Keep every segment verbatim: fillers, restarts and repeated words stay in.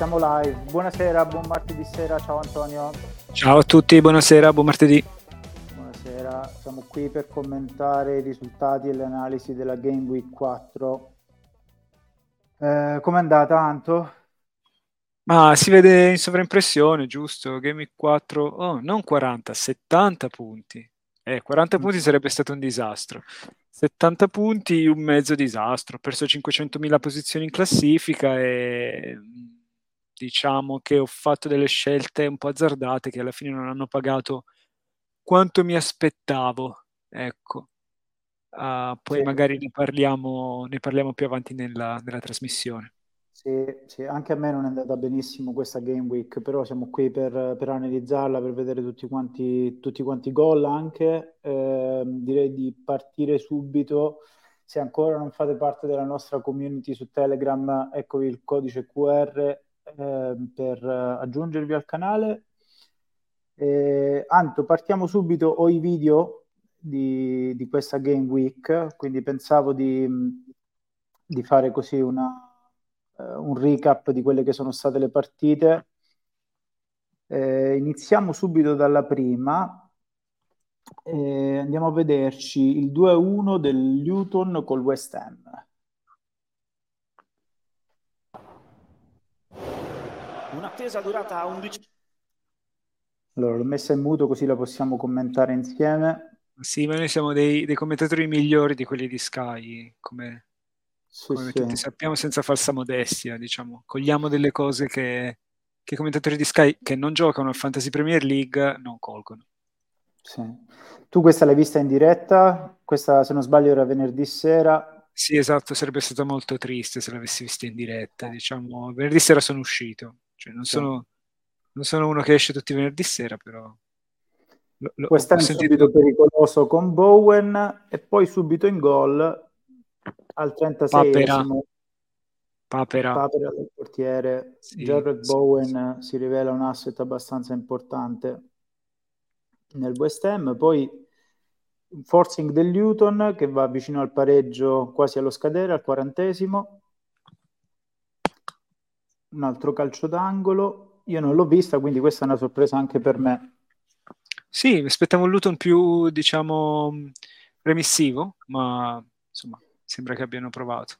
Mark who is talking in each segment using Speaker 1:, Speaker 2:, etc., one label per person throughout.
Speaker 1: siamo live. Buonasera, buon martedì sera, ciao Antonio.
Speaker 2: Ciao a tutti, buonasera, buon martedì.
Speaker 1: Buonasera, siamo qui per commentare i risultati e le analisi della Game Week quattro. Eh, com'è andata, Anto?
Speaker 2: Ma si vede in sovraimpressione, giusto? Game Week quattro, oh, non quaranta, settanta punti. Eh, quaranta punti sarebbe stato un disastro. settanta punti, un mezzo disastro. Ho perso cinquecentomila posizioni in classifica e diciamo che ho fatto delle scelte un po' azzardate che alla fine non hanno pagato quanto mi aspettavo. Ecco. Uh, poi
Speaker 1: Sì.
Speaker 2: magari ne parliamo, ne parliamo più avanti nella, nella trasmissione.
Speaker 1: Sì, sì, anche a me non è andata benissimo questa Game Week, però siamo qui per, per analizzarla, per vedere tutti quanti, tutti quanti i gol anche. Eh, direi di partire subito. Se ancora non fate parte della nostra community su Telegram, eccovi il codice Q R eh, per aggiungervi al canale. Eh, Anto, partiamo subito. Ho i video di, di questa Game Week, quindi pensavo di, di fare così una un recap di quelle che sono state le partite. Eh, iniziamo subito dalla prima. Eh, andiamo a vederci il due a uno del Luton col West Ham.
Speaker 3: Un'attesa durata undici.
Speaker 1: Allora, l'ho messa in muto così la possiamo commentare insieme.
Speaker 2: Sì, ma noi siamo dei, dei commentatori migliori di quelli di Sky, come,
Speaker 1: Sì,
Speaker 2: come
Speaker 1: sì.
Speaker 2: tutti sappiamo, senza falsa modestia, diciamo. Cogliamo delle cose che, che i commentatori di Sky che non giocano al Fantasy Premier League non colgono.
Speaker 1: Sì. Tu questa l'hai vista in diretta? Questa, se non sbaglio, era venerdì sera.
Speaker 2: Sì, esatto, sarebbe stato molto triste se l'avessi vista in diretta, diciamo. Venerdì sera sono uscito, cioè non,
Speaker 1: Sì.
Speaker 2: sono, non sono uno che esce tutti i venerdì sera, però... Lo, lo,
Speaker 1: West Ham
Speaker 2: sentito...
Speaker 1: subito pericoloso con Bowen e poi subito in gol al trentaseiesimo.
Speaker 2: Papera.
Speaker 1: Papera del portiere.
Speaker 2: Sì,
Speaker 1: Jared
Speaker 2: sì,
Speaker 1: Bowen sì. Si rivela un asset abbastanza importante nel West Ham. Poi un forcing del Luton che va vicino al pareggio quasi allo scadere, al quarantesimo. Un altro calcio d'angolo. Io non l'ho vista, quindi questa è una sorpresa anche per me.
Speaker 2: Sì, mi aspettavo un Luton più, diciamo, remissivo, ma insomma, sembra che abbiano provato.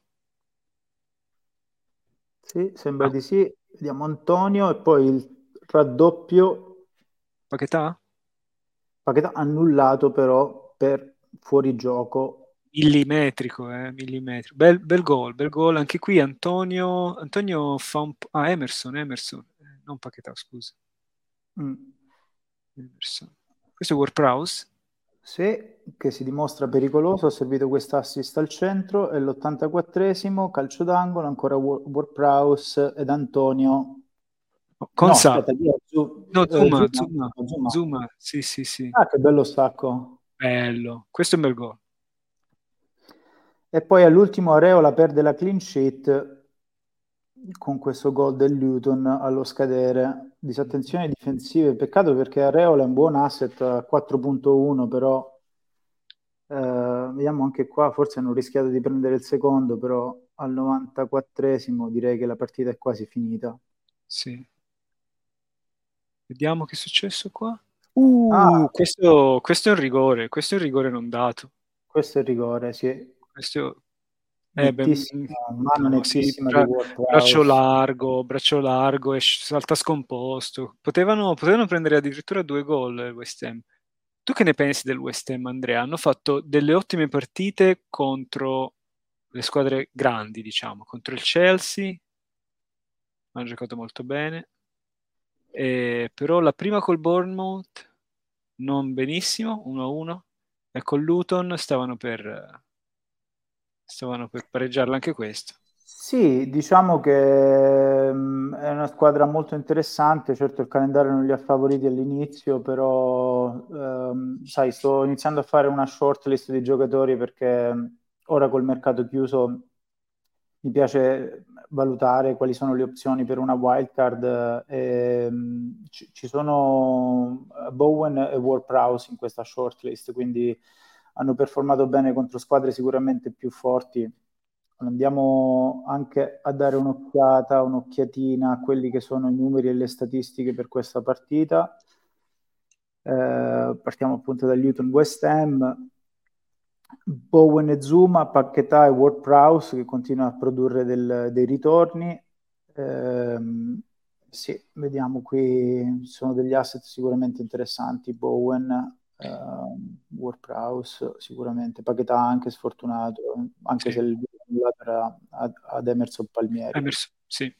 Speaker 1: Sì, sembra
Speaker 2: Ah.
Speaker 1: di sì. Vediamo Antonio e poi il raddoppio.
Speaker 2: Paquetà?
Speaker 1: Paquetà annullato però per fuorigioco.
Speaker 2: Millimetrico, eh, millimetrico. Bel, bel gol, bel gol. Anche qui Antonio, Antonio fa un po'... Ah, Emerson, Emerson. Eh, non Paquetà, scusa.
Speaker 1: Mm.
Speaker 2: Emerson. Questo è Ward-Prowse?
Speaker 1: Sì, che si dimostra pericoloso, ha servito quest'assist al centro e l'ottantaquattresimo, calcio d'angolo, ancora Ward-Prowse ed Antonio.
Speaker 2: Con
Speaker 1: No,
Speaker 2: Sa.
Speaker 1: aspetta, chi è? Zu-
Speaker 2: No,
Speaker 1: eh,
Speaker 2: Zuma,
Speaker 1: Zuma.
Speaker 2: Zuma,
Speaker 1: Zuma.
Speaker 2: Zuma, sì, sì, sì.
Speaker 1: Ah, che bello stacco.
Speaker 2: Bello. Questo è un bel gol.
Speaker 1: E poi all'ultimo Areola perde la clean sheet con questo gol del Luton allo scadere. Disattenzioni difensive, peccato perché Areola è un buon asset a quattro virgola uno, però eh, vediamo anche qua, forse hanno rischiato di prendere il secondo, però al novantaquattresimo direi che la partita è quasi finita.
Speaker 2: Sì. Vediamo che è successo qua. Uh,
Speaker 1: Ah,
Speaker 2: questo, questo è un rigore, questo è un rigore non dato.
Speaker 1: questo è il rigore, sì.
Speaker 2: Questo è ben,
Speaker 1: Nettissima, mano
Speaker 2: no, sì,
Speaker 1: nettissima di
Speaker 2: bra- braccio
Speaker 1: Ward-Prowse.
Speaker 2: largo, braccio largo e sh- salta scomposto. Potevano, potevano prendere addirittura due gol il West Ham. Tu che ne pensi del West Ham, Andrea? Hanno fatto delle ottime partite contro le squadre grandi, diciamo, contro il Chelsea, hanno giocato molto bene. E però la prima col Bournemouth non benissimo, uno a uno, e con Luton stavano per stavano per pareggiarla anche questo.
Speaker 1: Sì, diciamo che mh, è una squadra molto interessante, certo il calendario non li ha favoriti all'inizio, però ehm, sai, sto iniziando a fare una shortlist di giocatori perché mh, ora col mercato chiuso mi piace valutare quali sono le opzioni per una wildcard. E, mh, ci, ci sono Bowen e Ward-Prowse in questa shortlist, quindi hanno performato bene contro squadre sicuramente più forti Andiamo anche a dare un'occhiata, un'occhiatina a quelli che sono i numeri e le statistiche per questa partita. Eh, partiamo appunto dal Luton West Ham. Bowen e Zuma, Paquetá e Ward-Prowse che continuano a produrre del, dei ritorni. Ehm, sì, vediamo qui, ci sono degli asset sicuramente interessanti. Bowen, ehm, Ward-Prowse sicuramente, Paquetá anche sfortunato, anche
Speaker 2: Sì.
Speaker 1: se il era ad, ad Emerson Palmieri.
Speaker 2: Emerson, sì.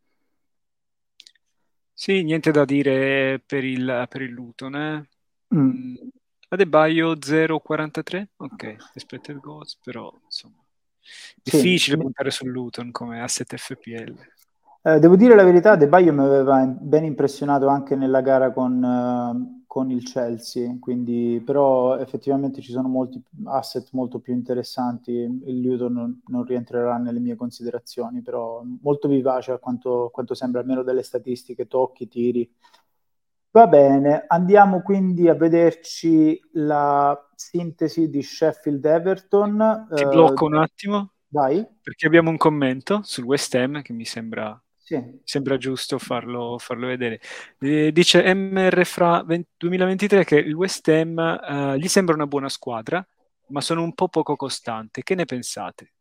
Speaker 2: Sì, niente da dire per il, per il Luton, eh.
Speaker 1: Mm.
Speaker 2: Mm. Adebayo zero virgola quarantatré, ok, expected goals, però insomma difficile
Speaker 1: Sì.
Speaker 2: puntare sul Luton come asset F P L.
Speaker 1: Eh, devo dire la verità, De Baio mi aveva ben impressionato anche nella gara con, uh, con il Chelsea, quindi, però effettivamente ci sono molti asset molto più interessanti. Il Luton non, non rientrerà nelle mie considerazioni, però molto vivace a quanto, quanto sembra, almeno delle statistiche, tocchi, tiri. Va bene, andiamo quindi a vederci la sintesi di Sheffield Everton.
Speaker 2: Ti
Speaker 1: uh,
Speaker 2: blocco un attimo,
Speaker 1: vai.
Speaker 2: Perché abbiamo un commento sul West Ham che mi sembra...
Speaker 1: Sì.
Speaker 2: Sembra giusto farlo, farlo vedere. Eh, dice M R fra duemilaventitré che il West Ham eh, gli sembra una buona squadra, ma sono un po' poco costante. Che ne pensate?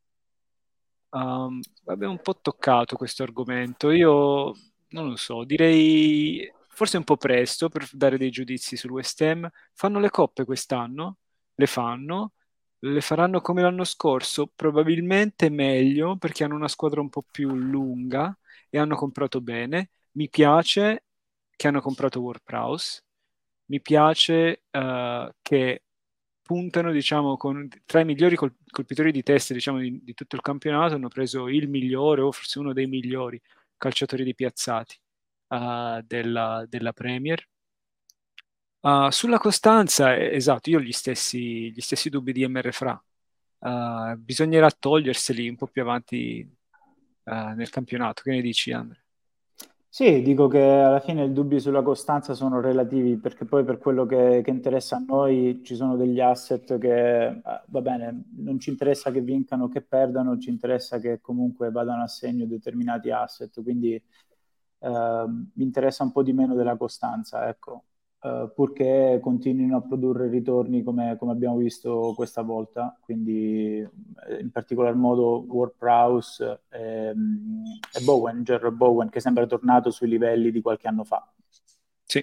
Speaker 2: Um, abbiamo un po' toccato questo argomento. Io non lo so, direi forse un po' presto per dare dei giudizi sul West Ham. Fanno le coppe quest'anno? Le fanno? Le faranno come l'anno scorso? Probabilmente meglio perché hanno una squadra un po' più lunga e hanno comprato bene. Mi piace che hanno comprato Ward-Prowse. Mi piace uh, che puntano, diciamo, con, tra i migliori col- colpitori di testa, diciamo, di, di tutto il campionato, hanno preso il migliore o forse uno dei migliori calciatori di piazzati uh, della, della Premier. Uh, sulla costanza, eh, esatto, io ho gli stessi, gli stessi dubbi di M R Fra. Uh, bisognerà toglierseli un po' più avanti uh, nel campionato. Che ne dici, Andre?
Speaker 1: Sì, dico che alla fine i dubbi sulla costanza sono relativi, perché poi per quello che, che interessa a noi ci sono degli asset che, eh, va bene, non ci interessa che vincano o che perdano, ci interessa che comunque vadano a segno determinati asset, quindi eh, mi interessa un po' di meno della costanza, ecco. Uh, purché continuino a produrre ritorni come, come abbiamo visto questa volta, quindi in particolar modo Ward-Prowse e, e Bowen, Jarrod Bowen, che sembra tornato sui livelli di qualche anno fa.
Speaker 2: Sì.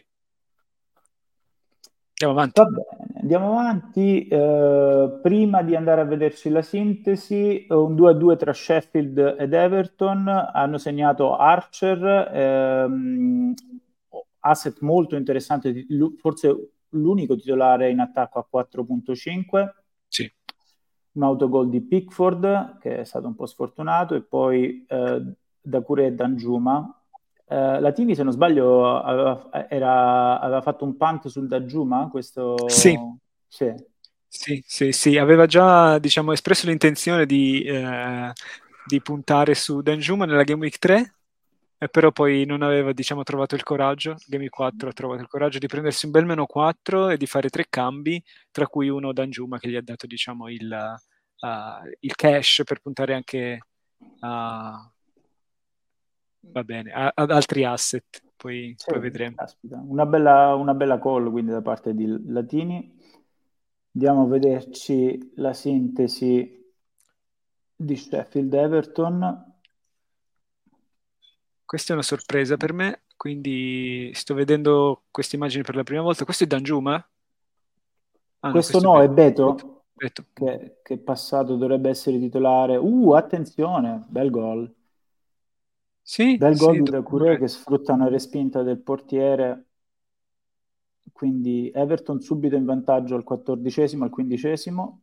Speaker 2: Andiamo avanti.
Speaker 1: Va bene, andiamo avanti. Uh, prima di andare a vederci la sintesi, un due a due tra Sheffield ed Everton, hanno segnato Archer, ehm, asset molto interessante, forse l'unico titolare in attacco a quattro virgola cinque.
Speaker 2: Sì.
Speaker 1: Un autogol di Pickford, che è stato un po' sfortunato, e poi eh, Doucouré e Danjuma. Eh, Latini, se non sbaglio, aveva, era, aveva fatto un punt sul Danjuma, questo...
Speaker 2: Sì.
Speaker 1: Sì.
Speaker 2: Sì, sì, sì, aveva già, diciamo, espresso l'intenzione di, eh, di puntare su Danjuma nella Game Week tre, eh, però poi non aveva, diciamo, trovato il coraggio, Game Week quattro ha trovato il coraggio di prendersi un bel meno quattro e di fare tre cambi, tra cui uno Danjuma che gli ha dato, diciamo, il, uh, il cash per puntare anche a, va bene, a, ad altri asset, poi,
Speaker 1: Sì,
Speaker 2: poi vedremo.
Speaker 1: caspita. Una bella, una bella call quindi da parte di Latini. Andiamo a vederci la sintesi di Sheffield Everton.
Speaker 2: Questa è una sorpresa per me, quindi sto vedendo queste immagini per la prima volta. Questo è Danjuma? Ah,
Speaker 1: questo
Speaker 2: no,
Speaker 1: no,
Speaker 2: è
Speaker 1: è Beto,
Speaker 2: Beto.
Speaker 1: che, che passato dovrebbe essere titolare. Uh, attenzione, bel gol.
Speaker 2: Sì,
Speaker 1: Bel gol
Speaker 2: sì,
Speaker 1: di Doucouré
Speaker 2: Doucouré.
Speaker 1: che sfrutta una respinta del portiere. Quindi Everton subito in vantaggio al quattordicesimo, al quindicesimo.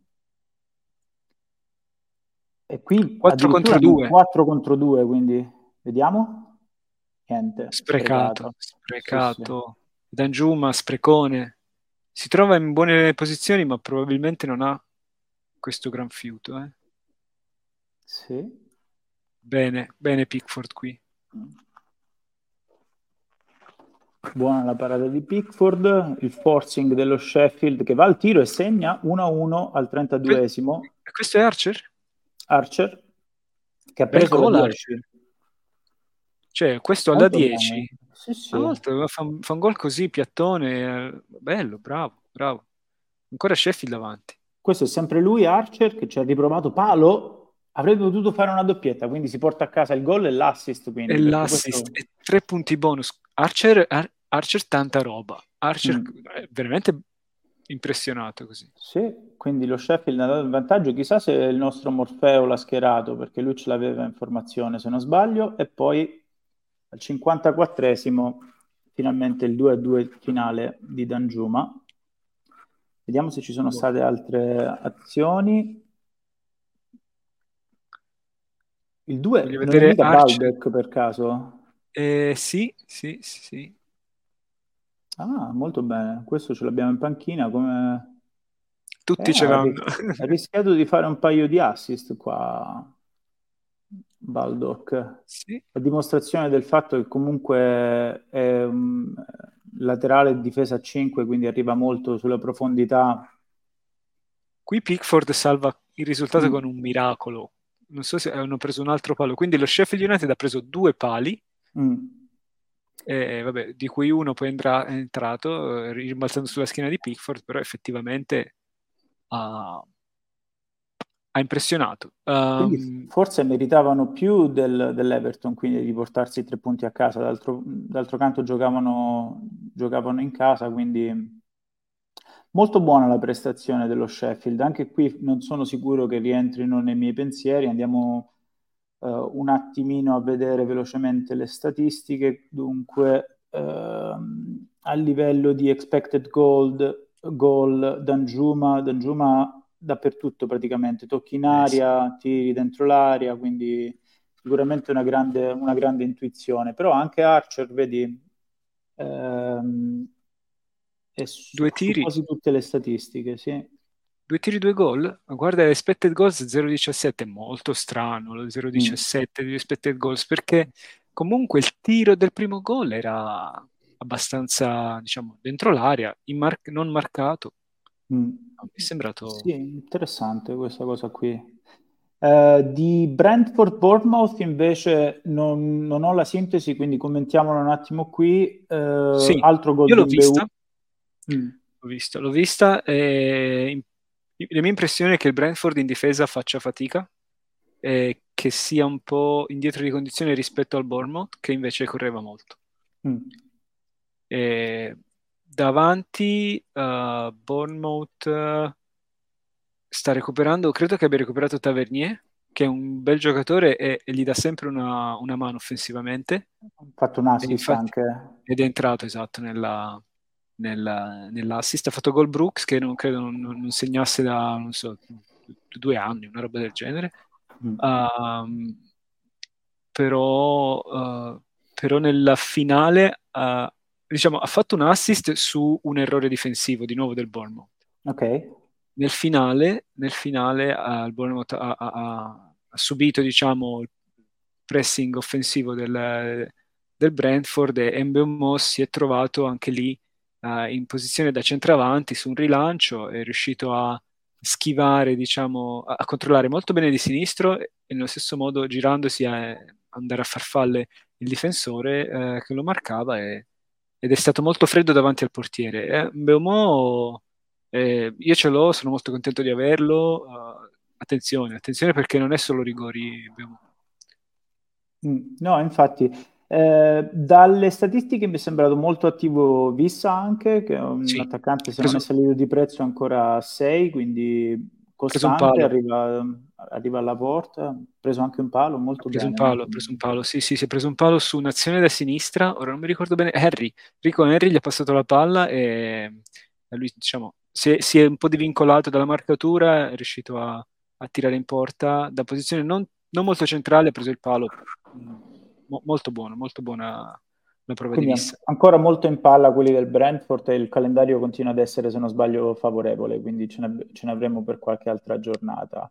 Speaker 1: E qui
Speaker 2: quattro
Speaker 1: addirittura
Speaker 2: contro
Speaker 1: hanno
Speaker 2: due.
Speaker 1: quattro contro due, quindi vediamo. Niente,
Speaker 2: Sprecato,
Speaker 1: sprecato.
Speaker 2: sprecato.
Speaker 1: Sì, sì.
Speaker 2: Danjuma, sprecone. Si trova in buone posizioni, ma probabilmente non ha questo gran fiuto. Eh.
Speaker 1: Sì.
Speaker 2: Bene, bene Pickford qui.
Speaker 1: Buona la parata di Pickford, il forcing dello Sheffield che va al tiro e segna uno a uno al trentaduesimo.
Speaker 2: E questo è Archer?
Speaker 1: Archer. che ha
Speaker 2: Bel
Speaker 1: preso la
Speaker 2: gol
Speaker 1: dieci.
Speaker 2: Archer. Cioè, questo alla
Speaker 1: Molto
Speaker 2: dieci,
Speaker 1: bene. Sì, sì.
Speaker 2: una volta fa, un- fa un gol così, piattone, eh, bello, bravo, bravo. Ancora Sheffield davanti.
Speaker 1: Questo è sempre lui, Archer, che ci ha riprovato palo. Avrebbe potuto fare una doppietta, quindi si porta a casa il gol e l'assist,
Speaker 2: E
Speaker 1: quindi, perché
Speaker 2: l'assist,
Speaker 1: questo...
Speaker 2: e tre punti bonus. Archer, Ar- Archer tanta roba. Archer
Speaker 1: Mm.
Speaker 2: è veramente impressionato così.
Speaker 1: Sì, quindi lo Sheffield ha dato il vantaggio. Chissà se il nostro Morfeo l'ha schierato, perché lui ce l'aveva in formazione, se non sbaglio. E poi al cinquantaquattresimo, finalmente il due a due finale di Danjuma. Vediamo se ci sono
Speaker 2: Boh.
Speaker 1: state altre azioni. Il due
Speaker 2: Voglio
Speaker 1: non è
Speaker 2: vedere
Speaker 1: mica
Speaker 2: Archer.
Speaker 1: Balbec per caso?
Speaker 2: Eh, sì, sì, sì, sì.
Speaker 1: Ah, molto bene. Questo ce l'abbiamo in panchina come... Eh,
Speaker 2: Tutti ce
Speaker 1: ha,
Speaker 2: l'hanno.
Speaker 1: ri- ha rischiato di fare un paio di assist qua, Baldock.
Speaker 2: Sì.
Speaker 1: A dimostrazione del fatto che comunque è un laterale di difesa a cinque, quindi arriva molto sulla profondità.
Speaker 2: Qui Pickford salva il risultato
Speaker 1: Mm.
Speaker 2: con un miracolo. Non so se hanno preso un altro palo. Quindi lo Sheffield United ha preso due pali,
Speaker 1: Mm.
Speaker 2: eh, vabbè, di cui uno poi entra- è entrato, eh, rimbalzando sulla schiena di Pickford, però effettivamente ha, ha impressionato.
Speaker 1: Quindi
Speaker 2: Um,
Speaker 1: forse meritavano più del- dell'Everton, quindi di portarsi i tre punti a casa. D'altro, d'altro canto giocavano, giocavano in casa, quindi molto buona la prestazione dello Sheffield. Anche qui non sono sicuro che rientrino nei miei pensieri. Andiamo eh, un attimino a vedere velocemente le statistiche. Dunque, ehm, a livello di expected goal, goal Danjuma, Danjuma dappertutto praticamente, tocchi in
Speaker 2: eh sì.
Speaker 1: aria, tiri dentro l'aria, quindi sicuramente una grande, una grande intuizione. Però anche Archer, vedi, ehm, è su,
Speaker 2: Due
Speaker 1: su
Speaker 2: tiri,
Speaker 1: quasi tutte le statistiche, sì.
Speaker 2: due tiri, due gol. Ma guarda, expected goals zero virgola diciassette, è molto strano lo zero virgola
Speaker 1: Mm,
Speaker 2: diciassette di expected goals, perché comunque il tiro del primo gol era abbastanza, diciamo, dentro l'area, in mar- non marcato.
Speaker 1: mm.
Speaker 2: Mi è sembrato...
Speaker 1: Sì, interessante questa cosa qui. Eh, di Brentford-Bournemouth invece non, non ho la sintesi, quindi commentiamolo un attimo qui. Eh,
Speaker 2: Sì,
Speaker 1: altro gol
Speaker 2: io
Speaker 1: di
Speaker 2: l'ho
Speaker 1: Mbeu.
Speaker 2: vista,
Speaker 1: Mm,
Speaker 2: l'ho vista, l'ho vista e in- la mia impressione è che il Brentford in difesa faccia fatica e che sia un po' indietro di condizione rispetto al Bournemouth, che invece correva molto.
Speaker 1: mm.
Speaker 2: E davanti uh, Bournemouth eh, sta recuperando, credo che abbia recuperato Tavernier, che è un bel giocatore e, e gli dà sempre una, una mano offensivamente.
Speaker 1: Ha fatto un
Speaker 2: E
Speaker 1: assist
Speaker 2: infatti,
Speaker 1: anche.
Speaker 2: ed è entrato esatto nella, nella, nell'assist. Ha fatto gol Brooks, che non credo non, non segnasse da, non so, due anni, una roba del genere.
Speaker 1: Mm,
Speaker 2: Um, però, uh, però nella finale uh, diciamo, ha fatto un assist su un errore difensivo di nuovo del Bournemouth.
Speaker 1: ok.
Speaker 2: Nel finale, nel finale uh, il Bournemouth ha, ha- ha- ha subito diciamo, il pressing offensivo del, del Brentford e Mbeumo si è trovato anche lì uh, in posizione da centravanti su un rilancio, è riuscito a schivare, diciamo, a, a controllare molto bene di sinistro e nello stesso modo girandosi a andare a farfalle il difensore eh, che lo marcava e- ed è stato molto freddo davanti al portiere. Eh, Mbeumo, eh, io ce l'ho, sono molto contento di averlo. Uh, attenzione, attenzione perché non è solo rigori, Mbeumo.
Speaker 1: Mm, no, infatti, eh, dalle statistiche mi è sembrato molto attivo Vissa anche, che è un
Speaker 2: Sì,
Speaker 1: attaccante,
Speaker 2: ha
Speaker 1: se non è
Speaker 2: preso,
Speaker 1: salito di prezzo ancora a sei, quindi
Speaker 2: ha preso un
Speaker 1: costante,
Speaker 2: palo.
Speaker 1: arriva, arriva alla porta, ha preso anche un palo,
Speaker 2: Ha
Speaker 1: molto
Speaker 2: preso un
Speaker 1: bene,
Speaker 2: palo,
Speaker 1: molto
Speaker 2: ha preso un
Speaker 1: bene.
Speaker 2: palo, sì, sì, si è preso un palo su un'azione da sinistra, ora non mi ricordo bene, Henry, Rico Henry gli ha passato la palla e e lui, diciamo, si è, si è un po' divincolato dalla marcatura, è riuscito a, a tirare in porta da posizione non, non molto centrale, ha preso il palo. Mm, mo- molto buono, molto buona la prova di
Speaker 1: Quindi an-
Speaker 2: vista.
Speaker 1: ancora molto in palla quelli del Brentford e il calendario continua ad essere, se non sbaglio, favorevole, quindi ce ne, ce ne avremo per qualche altra giornata.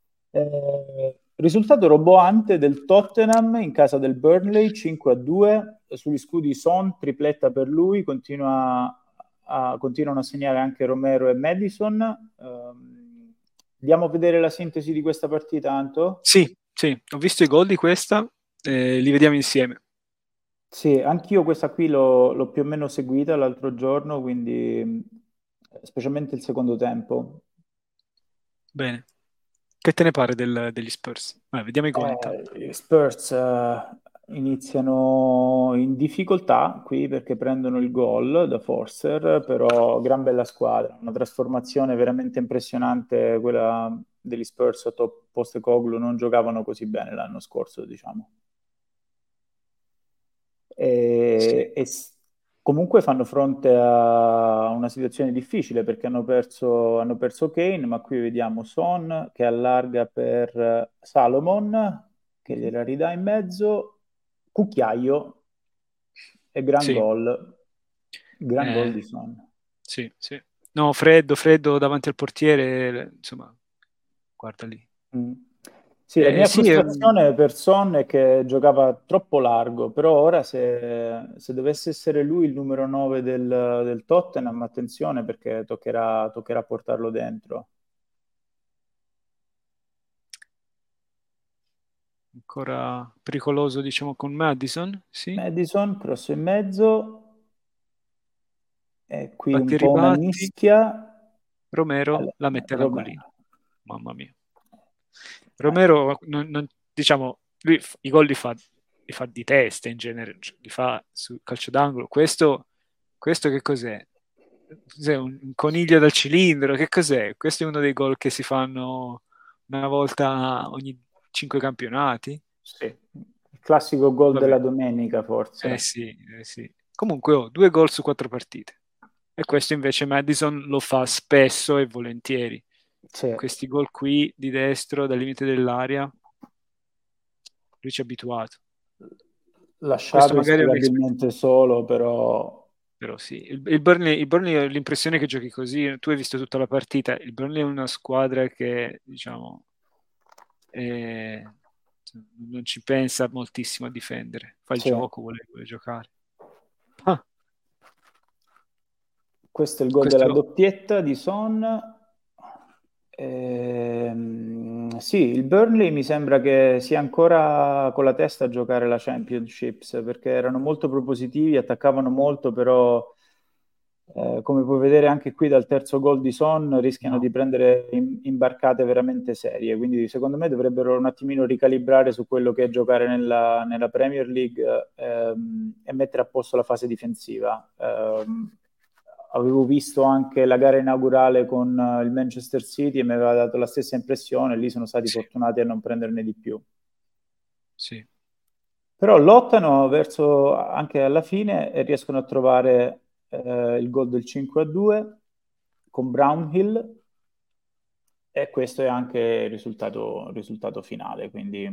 Speaker 1: Eh, risultato roboante del Tottenham in casa del Burnley cinque a due, sugli scudi Son, tripletta per lui, continua a- continuano a segnare anche Romero e Madison. Ehm, andiamo a vedere la sintesi di questa partita, Anto?
Speaker 2: Sì, sì, Sì, ho visto i gol di questa, eh, li vediamo insieme.
Speaker 1: Sì, anch'io questa qui l'ho, l'ho più o meno seguita l'altro giorno, quindi mh, specialmente il secondo tempo.
Speaker 2: Bene. Che te ne pare del- degli Spurs? Vai, vediamo i gol intanto.
Speaker 1: Eh, gli Spurs eh, iniziano in difficoltà qui perché prendono il gol da Forster, però gran bella squadra, una trasformazione veramente impressionante quella degli Spurs sotto Postecoglou, non giocavano così bene l'anno scorso, diciamo.
Speaker 2: Sì,
Speaker 1: E, e s- comunque fanno fronte a una situazione difficile perché hanno perso, hanno perso Kane, ma qui vediamo Son che allarga per Salomon, che gliela ridà in mezzo, cucchiaio e gran
Speaker 2: sì,
Speaker 1: gol, gran gol
Speaker 2: eh,
Speaker 1: di Son.
Speaker 2: sì, sì. No, freddo, freddo davanti al portiere, insomma, guarda lì.
Speaker 1: Mm. Sì, la
Speaker 2: Eh,
Speaker 1: mia
Speaker 2: sì, ehm,
Speaker 1: frustrazione per Son è che giocava troppo largo, però ora se, se dovesse essere lui il numero nove del, del Tottenham, attenzione perché toccherà, toccherà portarlo dentro.
Speaker 2: ancora pericoloso, diciamo, con Madison, sì.
Speaker 1: Madison, cross in mezzo, e qui
Speaker 2: Batti
Speaker 1: un
Speaker 2: e
Speaker 1: po' una
Speaker 2: ribatti,
Speaker 1: mischia.
Speaker 2: Romero
Speaker 1: Allora,
Speaker 2: la mette all'angolino.
Speaker 1: Romero.
Speaker 2: Mamma mia.
Speaker 1: Eh,
Speaker 2: Romero, non- non- diciamo, lui f- i gol li fa, li fa di testa in genere, cioè, li fa sul calcio d'angolo. Questo, questo che cos'è? Cos'è? Un, un coniglio dal cilindro? Che cos'è? Questo è uno dei gol che si fanno una volta ogni cinque campionati?
Speaker 1: sì, il classico gol
Speaker 2: Vabbè,
Speaker 1: della domenica,
Speaker 2: eh
Speaker 1: forse.
Speaker 2: sì, eh sì. Comunque ho due gol su quattro partite. E questo invece Madison lo fa spesso e volentieri.
Speaker 1: Sì.
Speaker 2: Questi gol qui di destro dal limite dell'area, lui ci è abituato. Questo
Speaker 1: Lasciato
Speaker 2: magari è un expert,
Speaker 1: inspiegabilmente solo, però
Speaker 2: però sì. Il, il Burnley, il Burnley ho l'impressione che giochi così, tu hai visto tutta la partita, il Burnley è una squadra che, diciamo, è- non ci pensa moltissimo a difendere, fa il
Speaker 1: sì.
Speaker 2: gioco, vuole, vuole giocare. Ah,
Speaker 1: Questo è il gol della
Speaker 2: questo,
Speaker 1: doppietta di Son. Ehm, sì, il Burnley mi sembra che sia ancora con la testa a giocare la Championships perché erano molto propositivi, attaccavano molto, però eh, come puoi vedere anche qui dal terzo gol di Son rischiano
Speaker 2: no,
Speaker 1: di prendere in- imbarcate veramente serie, quindi secondo me dovrebbero un attimino ricalibrare su quello che è giocare nella, nella Premier League ehm, e mettere a posto la fase difensiva. Ehm, avevo visto anche la gara inaugurale con eh, il Manchester City e mi aveva dato la stessa impressione, lì sono stati
Speaker 2: sì,
Speaker 1: fortunati a non prenderne di più.
Speaker 2: sì,
Speaker 1: Però lottano verso anche alla fine e riescono a trovare eh, il gol del cinque a due con Brownhill e questo è anche il risultato, il risultato finale. Quindi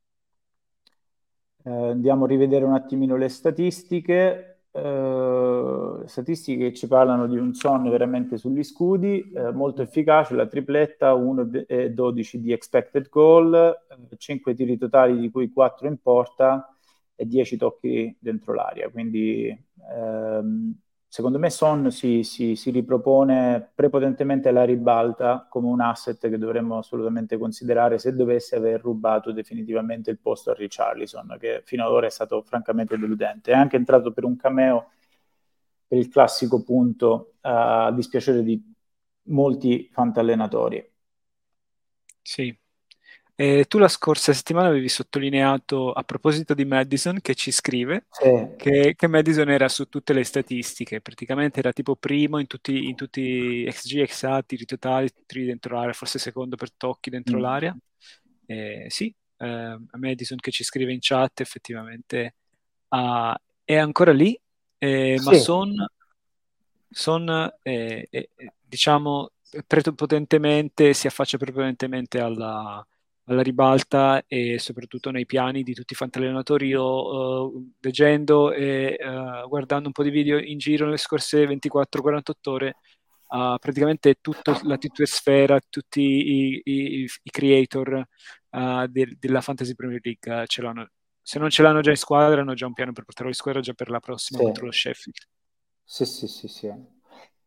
Speaker 1: eh, andiamo a rivedere un attimino le statistiche. Eh, statistiche che ci parlano di un Son veramente sugli scudi, eh, molto efficace, la tripletta, uno e dodici di expected goal, eh, cinque tiri totali di cui quattro in porta e dieci tocchi dentro l'area. Quindi ehm, secondo me Son si, si, si ripropone prepotentemente alla ribalta come un asset che dovremmo assolutamente considerare se dovesse aver rubato definitivamente il posto a Richarlison, che fino ad ora è stato francamente deludente. È anche entrato per un cameo per il classico punto a dispiacere di molti fantallenatori.
Speaker 2: sì. E tu la scorsa settimana avevi sottolineato, a proposito di Madison, che ci scrive,
Speaker 1: Sì,
Speaker 2: che, che Madison era su tutte le statistiche, praticamente era tipo primo in tutti, in tutti X G, X A, tiri totali, tiri dentro l'area, forse secondo per tocchi dentro
Speaker 1: mm,
Speaker 2: l'area. Eh, sì, eh, Madison che ci scrive in chat effettivamente ah, è ancora lì, eh, ma
Speaker 1: sì,
Speaker 2: Son, Son eh, eh, eh, diciamo, prepotentemente si affaccia prepotentemente alla alla ribalta e soprattutto nei piani di tutti i fantallenatori. Io eh, leggendo e eh, guardando un po' di video in giro nelle scorse ventiquattro quarantotto ore, eh, praticamente tutta la twittosfera, tutti i, i- i creator eh, del- della Fantasy Premier League eh, ce l'hanno. Se non ce l'hanno già in squadra, hanno già un piano per portarlo in squadra già per la prossima
Speaker 1: sì.
Speaker 2: contro lo Sheffield.
Speaker 1: Sì, sì, sì, sì.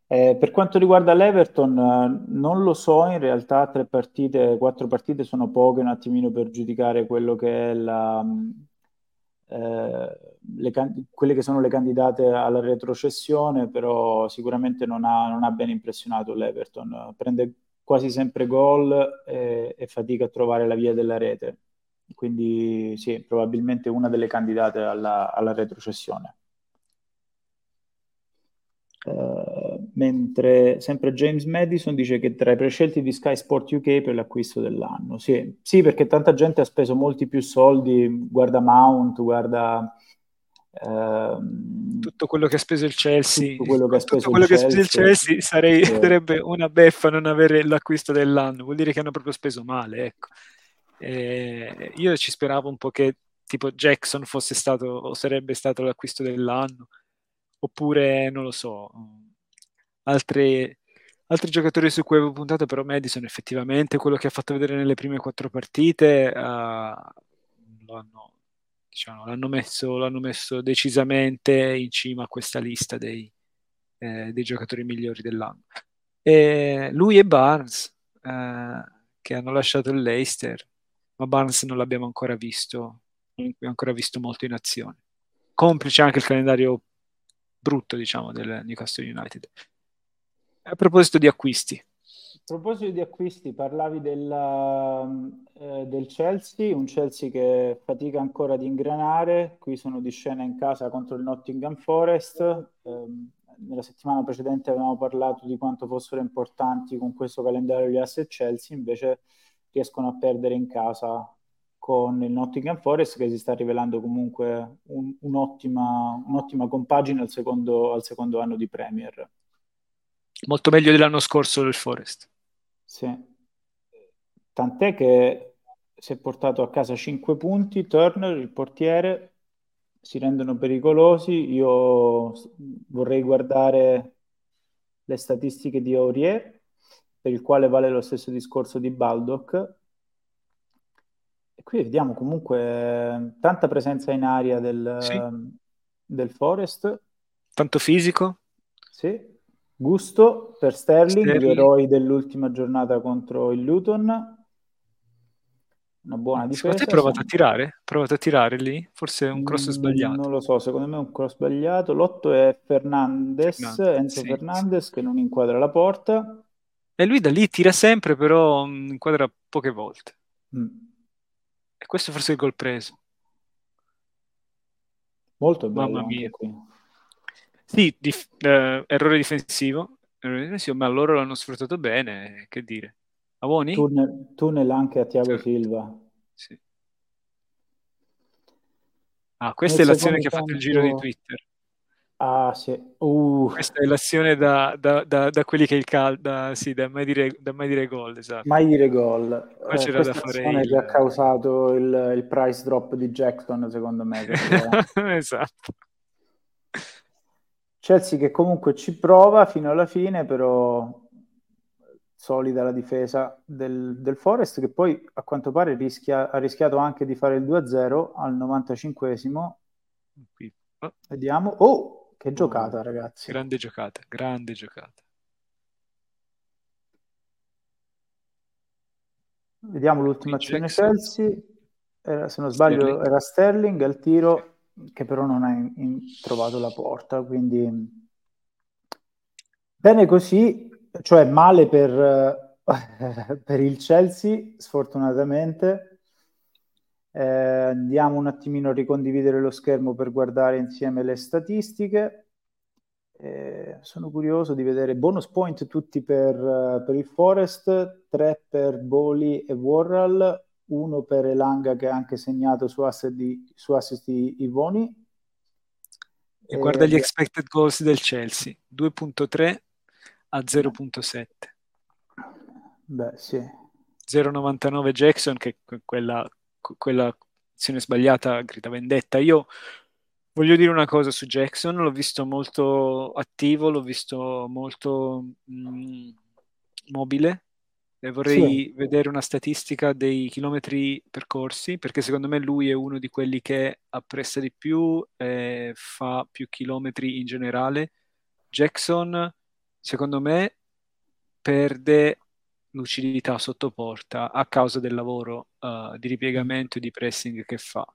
Speaker 1: Eh, per quanto riguarda l'Everton, eh, non lo so, in realtà tre partite, quattro partite sono poche un attimino per giudicare quello che è la, mh, eh, le can- quelle che sono le candidate alla retrocessione, però sicuramente non ha, non ha ben impressionato l'Everton. Prende quasi sempre gol e, e fatica a trovare la via della rete. Quindi sì, probabilmente una delle candidate alla alla retrocessione. Uh, mentre sempre James Madison dice che tra i prescelti di Sky Sport U K per l'acquisto dell'anno. Sì, sì, perché tanta gente ha speso molti più soldi, guarda Mount, guarda ehm,
Speaker 2: Tutto quello che ha speso il Chelsea,
Speaker 1: tutto quello che ha
Speaker 2: con tutto
Speaker 1: speso il
Speaker 2: quello che ha speso il
Speaker 1: Chelsea.
Speaker 2: Chelsea sarei,
Speaker 1: Sì.
Speaker 2: sarebbe una beffa non avere l'acquisto dell'anno, vuol dire che hanno proprio speso male, ecco. Eh, io ci speravo un po' che tipo Jackson fosse stato o sarebbe stato l'acquisto dell'anno, oppure non lo so, altre, altri giocatori su cui avevo puntato, però Madison effettivamente quello che ha fatto vedere nelle prime quattro partite uh, lo hanno, diciamo, l'hanno messo, l'hanno messo decisamente in cima a questa lista dei, eh, dei giocatori migliori dell'anno. E lui e Barnes, eh, che hanno lasciato il Leicester, ma Barnes non l'abbiamo ancora visto, non l'abbiamo ancora visto molto in azione. Complice anche il calendario brutto, diciamo, del Newcastle United. A proposito di acquisti,
Speaker 1: A proposito di acquisti, parlavi della, eh, del Chelsea, un Chelsea che fatica ancora ad ingranare. Qui sono di scena in casa contro il Nottingham Forest. Ehm, nella settimana precedente avevamo parlato di quanto fossero importanti con questo calendario gli asset Chelsea, invece riescono a perdere in casa con il Nottingham Forest, che si sta rivelando comunque un- un'ottima, un'ottima compagine al secondo, al secondo anno di Premier.
Speaker 2: molto meglio dell'anno scorso del Forest.
Speaker 1: Sì. Tant'è che si è portato a casa cinque punti. Turner, il portiere, si rendono pericolosi. Io s- vorrei guardare le statistiche di Aurier, per il quale vale lo stesso discorso di Baldock. E qui vediamo comunque eh, tanta presenza in aria
Speaker 2: Sì,
Speaker 1: del, del Forest.
Speaker 2: tanto fisico.
Speaker 1: Sì. Gusto per Sterling, gli
Speaker 2: Sterling.
Speaker 1: eroi dell'ultima giornata contro il Luton. Una buona
Speaker 2: Secondo te hai
Speaker 1: difesa.
Speaker 2: provato a
Speaker 1: Siamo...
Speaker 2: tirare? Hai provato a tirare lì? Forse è un cross
Speaker 1: Mm,
Speaker 2: sbagliato.
Speaker 1: non lo so, secondo me è un cross sbagliato. L'otto è Fernandes,
Speaker 2: Fernando.
Speaker 1: Enzo
Speaker 2: Sì, sì.
Speaker 1: Fernandes, che non inquadra la porta.
Speaker 2: E lui da lì tira sempre, però mh, inquadra poche volte.
Speaker 1: Mm,
Speaker 2: E questo forse è il gol preso.
Speaker 1: molto
Speaker 2: Mamma
Speaker 1: bello anche
Speaker 2: mia.
Speaker 1: qui.
Speaker 2: Sì, dif- eh, errore difensivo, errore difensivo, ma loro l'hanno sfruttato bene, che dire. Avoni?
Speaker 1: Tunnel, tunnel anche a Thiago
Speaker 2: Certo,
Speaker 1: Silva.
Speaker 2: sì. Ah,
Speaker 1: Nel
Speaker 2: questa è l'azione
Speaker 1: secondo
Speaker 2: che ha fatto il giro di
Speaker 1: tempo...
Speaker 2: Twitter.
Speaker 1: Ah, sì. Uh,
Speaker 2: Questa è l'azione da, da- da- da quelli che il cal- da, sì, da mai dire, da mai dire gol, esatto.
Speaker 1: mai dire gol.
Speaker 2: Qua
Speaker 1: Eh,
Speaker 2: c'era da
Speaker 1: questa
Speaker 2: fare
Speaker 1: azione
Speaker 2: il...
Speaker 1: che ha causato il, il price drop di Jackson, secondo me, per,
Speaker 2: Esatto.
Speaker 1: Chelsea che comunque ci prova fino alla fine, però solida la difesa del, del Forest, che poi a quanto pare rischia- ha rischiato anche di fare il due a zero al novantacinquesimo.
Speaker 2: Qui. Oh,
Speaker 1: Vediamo. Oh, che
Speaker 2: oh,
Speaker 1: giocata, ragazzi.
Speaker 2: grande giocata, grande giocata.
Speaker 1: Vediamo l'ultima
Speaker 2: Qui
Speaker 1: azione
Speaker 2: Jackson,
Speaker 1: Chelsea. Era- se non
Speaker 2: Sterling.
Speaker 1: sbaglio era Sterling al
Speaker 2: Sì.
Speaker 1: tiro, che però non ha in- in- trovato la porta, quindi bene così, cioè male per, eh, per il Chelsea, sfortunatamente. Eh, andiamo un attimino a ricondividere lo schermo per guardare insieme le statistiche. Eh, sono curioso di vedere bonus point tutti per, eh, per il Forest, tre per Boli e Worrell, uno per Elanga che ha anche segnato su assist di, su assist di Ivoni.
Speaker 2: E
Speaker 1: E
Speaker 2: guarda gli
Speaker 1: abbiamo...
Speaker 2: expected goals del Chelsea, due virgola tre a zero virgola sette.
Speaker 1: Beh, sì.
Speaker 2: zero virgola novantanove Jackson, che que- quella, quella azione sbagliata grida vendetta. Io voglio dire una cosa su Jackson, l'ho visto molto attivo, l'ho visto molto mh, mobile e
Speaker 1: Sì,
Speaker 2: vorrei vedere una statistica dei chilometri percorsi, perché secondo me lui è uno di quelli che apprezza di più e fa più chilometri in generale. Jackson secondo me, perde lucidità sotto porta a causa del lavoro uh, di ripiegamento e di pressing che fa.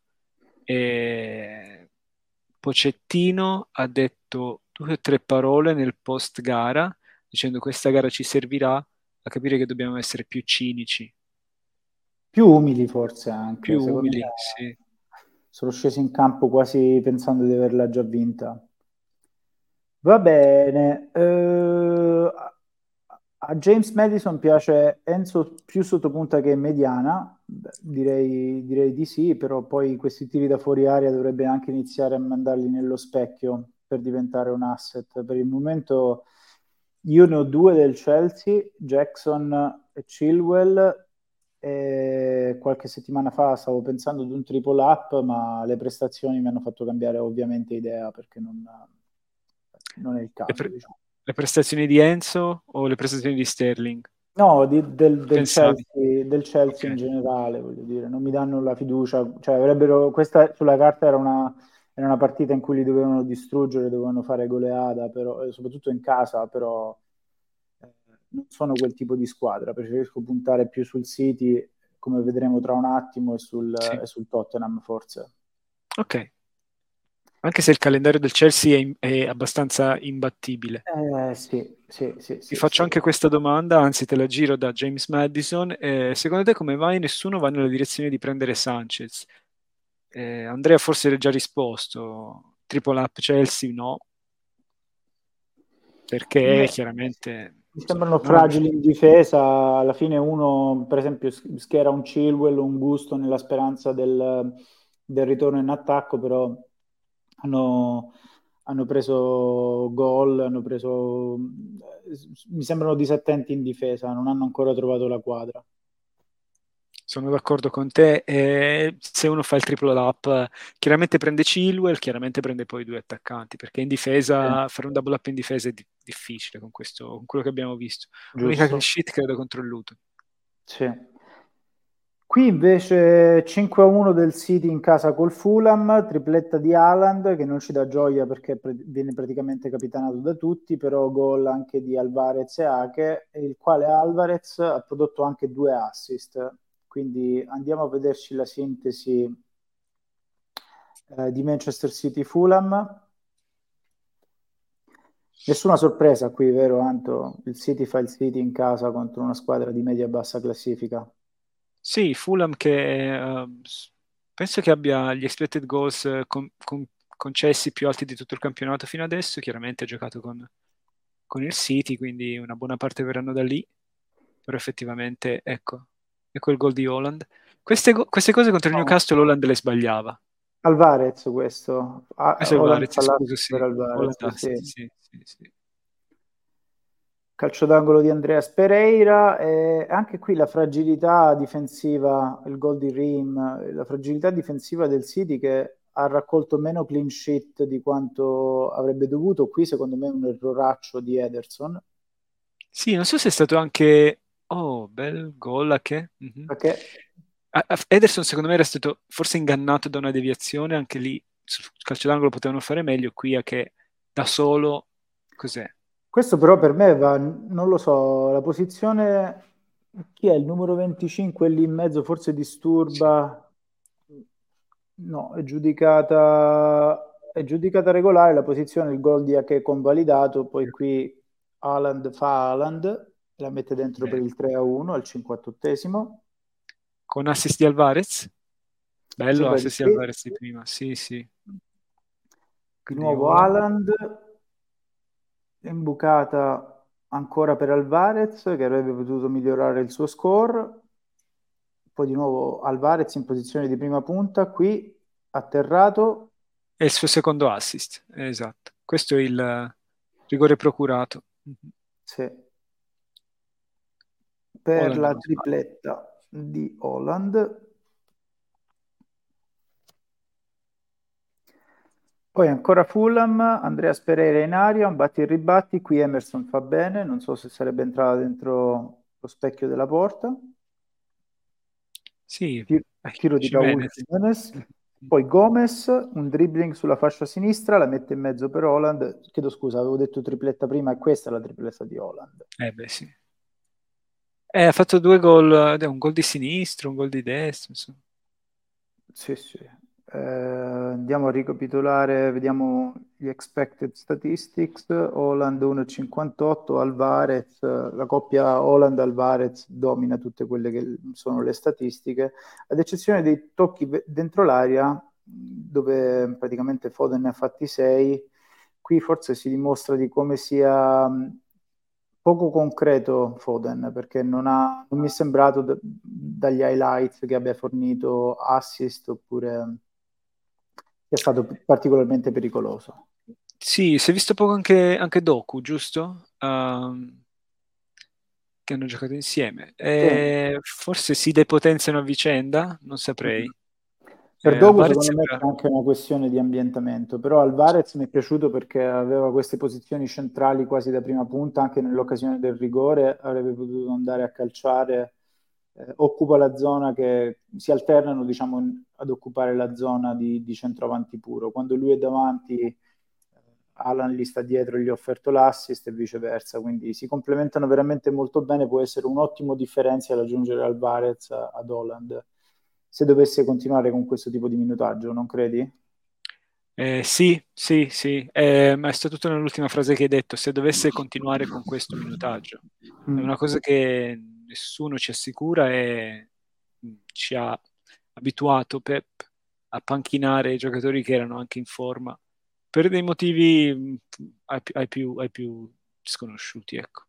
Speaker 2: E Pochettino ha detto due o tre parole nel post gara dicendo questa gara ci servirà a capire che dobbiamo essere più cinici,
Speaker 1: Più umili forse anche,
Speaker 2: più
Speaker 1: secondo
Speaker 2: umili,
Speaker 1: me
Speaker 2: sì.
Speaker 1: sono scesi in campo quasi pensando di averla già vinta. Va bene, eh, a James Madison piace Enzo più sotto punta che mediana. Beh, direi, direi di sì, però poi questi tiri da fuori aria dovrebbe anche iniziare a mandarli nello specchio per diventare un asset. Per il momento io ne ho due del Chelsea, Jackson e Chilwell, e qualche settimana fa stavo pensando ad un triple up, ma le prestazioni mi hanno fatto cambiare ovviamente idea perché non, non è il
Speaker 2: Le,
Speaker 1: caso,
Speaker 2: pre-
Speaker 1: diciamo.
Speaker 2: le prestazioni di Enzo o le prestazioni di Sterling?
Speaker 1: No, di- del, del
Speaker 2: Pensavi?
Speaker 1: Chelsea, del Chelsea in
Speaker 2: Ok.
Speaker 1: generale, voglio dire, non mi danno la fiducia, cioè avrebbero, questa sulla carta era una, era una partita in cui li dovevano distruggere, dovevano fare goleada, però, eh, soprattutto in casa, però eh, non sono quel tipo di squadra, preferisco puntare più sul City, come vedremo tra un attimo, e sul,
Speaker 2: Sì.
Speaker 1: e sul Tottenham forse.
Speaker 2: Ok. Anche se il calendario del Chelsea è, in- è abbastanza imbattibile.
Speaker 1: Eh, sì, sì, sì,
Speaker 2: Ti
Speaker 1: sì,
Speaker 2: faccio
Speaker 1: sì.
Speaker 2: anche questa domanda, anzi te la giro da James Madison. Eh, secondo te come mai nessuno va nella direzione di prendere Sanchez? Eh, Andrea forse l'ha già risposto. Triple up Chelsea no, perché
Speaker 1: Beh,
Speaker 2: chiaramente
Speaker 1: mi
Speaker 2: insomma,
Speaker 1: sembrano
Speaker 2: non hanno...
Speaker 1: fragili in difesa. Alla fine uno, per esempio, sch- schiera un Chilwell, un Gusto nella speranza del, del ritorno in attacco, però hanno, hanno preso gol, hanno preso... mi sembrano disattenti in difesa, non hanno ancora trovato la quadra.
Speaker 2: Sono d'accordo con te. Eh, se uno fa il triple up, chiaramente prende Chilwell, chiaramente prende poi due attaccanti, perché in
Speaker 1: Sì,
Speaker 2: difesa, fare un double up in difesa è di- difficile con questo, con quello che abbiamo visto. L'unica clean
Speaker 1: giusto?
Speaker 2: sheet credo contro il Luton.
Speaker 1: Sì. Qui invece cinque a uno del City in casa col Fulham, tripletta di Haaland che non ci dà gioia perché pre- viene praticamente capitanato da tutti, però gol anche di Alvarez e Ake, e il quale Alvarez ha prodotto anche due assist. Quindi andiamo a vederci la sintesi eh, di Manchester City Fulham. Nessuna sorpresa qui, vero Anto? Il City fa il City in casa contro una squadra di media-bassa classifica.
Speaker 2: Sì, Fulham che eh, s- penso che abbia gli expected goals eh, con- con- concessi più alti di tutto il campionato fino adesso, chiaramente ha giocato con, con il City, quindi una buona parte verranno da lì, però effettivamente ecco, ecco il gol di Holland. Queste, go- queste cose contro il
Speaker 1: No.
Speaker 2: Newcastle Holland le sbagliava.
Speaker 1: Alvarez questo,
Speaker 2: Questo
Speaker 1: ah,
Speaker 2: è
Speaker 1: Holland
Speaker 2: Alvarez,
Speaker 1: fa
Speaker 2: scusa,
Speaker 1: l'assist per
Speaker 2: sì, Holland
Speaker 1: Alvarez, sì.
Speaker 2: assist, sì, sì, sì.
Speaker 1: Calcio d'angolo di Andreas Pereira, e anche qui la fragilità difensiva, il gol di Rim, la fragilità difensiva del City che ha raccolto meno clean sheet di quanto avrebbe dovuto. Qui secondo me è un erroraccio di Ederson,
Speaker 2: Sì, non so se è stato anche... Oh, bel gol a che? Mhm.
Speaker 1: perché
Speaker 2: A- a- Ederson secondo me era stato forse ingannato da una deviazione, anche lì sul calcio d'angolo potevano fare meglio, qui a che da solo, cos'è?
Speaker 1: questo però per me va, non lo so, la posizione, chi è il numero venticinque lì in mezzo, forse
Speaker 2: Sì.
Speaker 1: disturba, no, è giudicata, è giudicata regolare la posizione, il gol di Ake è convalidato, poi qui Haaland fa Haaland, la mette dentro per
Speaker 2: Bene.
Speaker 1: il tre a uno al cinquantottesimo,
Speaker 2: Con assist di Alvarez? Bello
Speaker 1: sembra di
Speaker 2: assist di
Speaker 1: sì,
Speaker 2: Alvarez di prima, sì, sì.
Speaker 1: di
Speaker 2: Di
Speaker 1: nuovo
Speaker 2: Holland.
Speaker 1: Haaland, imbucata ancora per Alvarez che avrebbe potuto migliorare il suo score. Poi di nuovo Alvarez in posizione di prima punta, qui atterrato,
Speaker 2: È il suo secondo assist, esatto. Questo è il eh, rigore procurato. Mhm.
Speaker 1: sì, per
Speaker 2: Holland
Speaker 1: la
Speaker 2: non sbaglia.
Speaker 1: tripletta di Holland. Poi ancora Fulham, Andreas Pereira in aria, un batti e ribatti, qui Emerson fa bene, non so se sarebbe entrata dentro lo specchio della porta.
Speaker 2: Sì,
Speaker 1: Ti-
Speaker 2: eh,
Speaker 1: Tiro di Raúl
Speaker 2: Jimenez.
Speaker 1: Jiménez, Poi Gomez, un dribbling sulla fascia sinistra, la mette in mezzo per Haaland. Chiedo scusa, avevo detto tripletta prima e questa è la tripletta di Haaland.
Speaker 2: Eh beh, sì. Eh, ha fatto due gol, eh, un gol di sinistra, un gol di destra, insomma.
Speaker 1: Sì, sì. Eh, andiamo a ricapitolare, vediamo gli expected statistics. Haaland uno virgola cinquantotto, Alvarez, la coppia Haaland-Alvarez domina tutte quelle che sono le statistiche, ad eccezione dei tocchi ve- dentro l'area, dove praticamente Foden ne ha fatti sei. Qui forse si dimostra di come sia mh, poco concreto Foden, perché non ha, non mi è sembrato d- dagli highlights che abbia fornito assist oppure sia stato p- particolarmente pericoloso.
Speaker 2: Sì, si è visto poco anche, anche Doku, giusto? Ehm, che hanno giocato insieme.
Speaker 1: Sì.
Speaker 2: Eh, forse si depotenziano a vicenda, non
Speaker 1: Mm.
Speaker 2: saprei.
Speaker 1: Per
Speaker 2: Eh,
Speaker 1: Dogu
Speaker 2: Alvarez
Speaker 1: secondo me
Speaker 2: sembra...
Speaker 1: c'è anche una questione di ambientamento, però Alvarez mi è piaciuto perché aveva queste posizioni centrali quasi da prima punta, anche nell'occasione del rigore avrebbe potuto andare a calciare, eh, occupa la zona che si alternano, diciamo, in- ad occupare la zona di, di centravanti puro. Quando lui è davanti, eh, Alan gli sta dietro, gli ha offerto l'assist e viceversa, quindi si complementano veramente molto bene, può essere un ottimo differenzial aggiungere Alvarez a- ad Holland se dovesse continuare con questo tipo di minutaggio, non credi?
Speaker 2: Eh, sì, sì, sì, eh, ma è stato tutto nell'ultima frase che hai detto, se dovesse continuare con questo minutaggio. È
Speaker 1: Mm.
Speaker 2: una cosa che nessuno ci assicura e mm, ci ha abituato Pep a panchinare i giocatori che erano anche in forma per dei motivi mm, ai, più, ai più- ai più sconosciuti, ecco.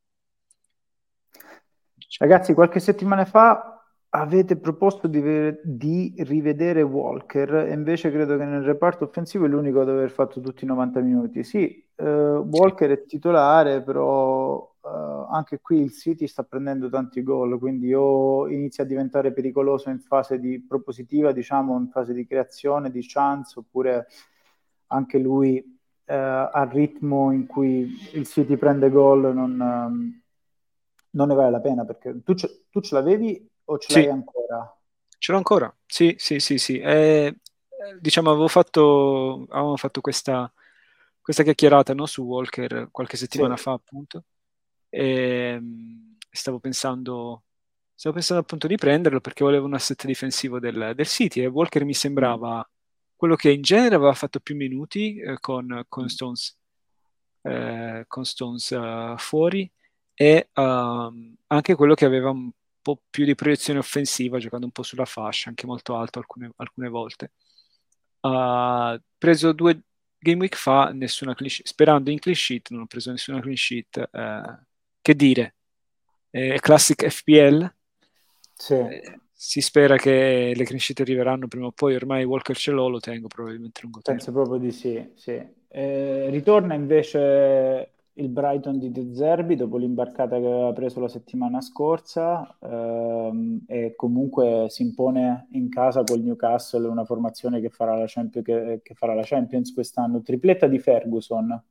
Speaker 1: Ragazzi, qualche settimana fa avete proposto di, ve- di rivedere Walker e invece credo che nel reparto offensivo è l'unico ad aver fatto tutti i novanta minuti. Sì, eh,
Speaker 2: Sì.
Speaker 1: Walker è titolare, però eh, anche qui il City sta prendendo tanti gol, quindi o inizia a diventare pericoloso in fase di propositiva, diciamo, in fase di creazione, di chance, oppure anche lui eh, al ritmo in cui il City prende gol non, ehm, non ne vale la pena perché tu ce, tu ce l'avevi o ce l'hai
Speaker 2: Sì,
Speaker 1: ancora?
Speaker 2: ce l'ho ancora. Sì, sì, sì, sì. Eh, eh, diciamo, avevo fatto, avevamo fatto questa, questa chiacchierata, no, su Walker qualche
Speaker 1: Sì.
Speaker 2: settimana fa, appunto. E mh, stavo pensando, stavo pensando appunto di prenderlo perché volevo un asset difensivo del, del City e Walker mi
Speaker 1: Mm.
Speaker 2: sembrava quello che in genere aveva fatto più minuti eh, con, con Stones, eh, con Stones eh, fuori e ehm, anche quello che aveva un po' più di proiezione offensiva, giocando un po' sulla fascia, anche molto alto alcune, alcune volte. Ha preso due game week fa, nessuna clean sheet, sperando in clean sheet, non ho preso nessuna clean sheet. Eh, che dire, eh, classic F P L.
Speaker 1: Sì,
Speaker 2: Eh, si spera che le clean sheet arriveranno prima o poi. Ormai Walker ce l'ho, lo tengo probabilmente a lungo
Speaker 1: penso
Speaker 2: termine.
Speaker 1: proprio di sì, sì. Eh, ritorna invece il Brighton di De Zerbi dopo l'imbarcata che aveva preso la settimana scorsa, ehm, e comunque si impone in casa col Newcastle, una formazione che farà la Champions, che, che farà la Champions quest'anno. Tripletta di Ferguson.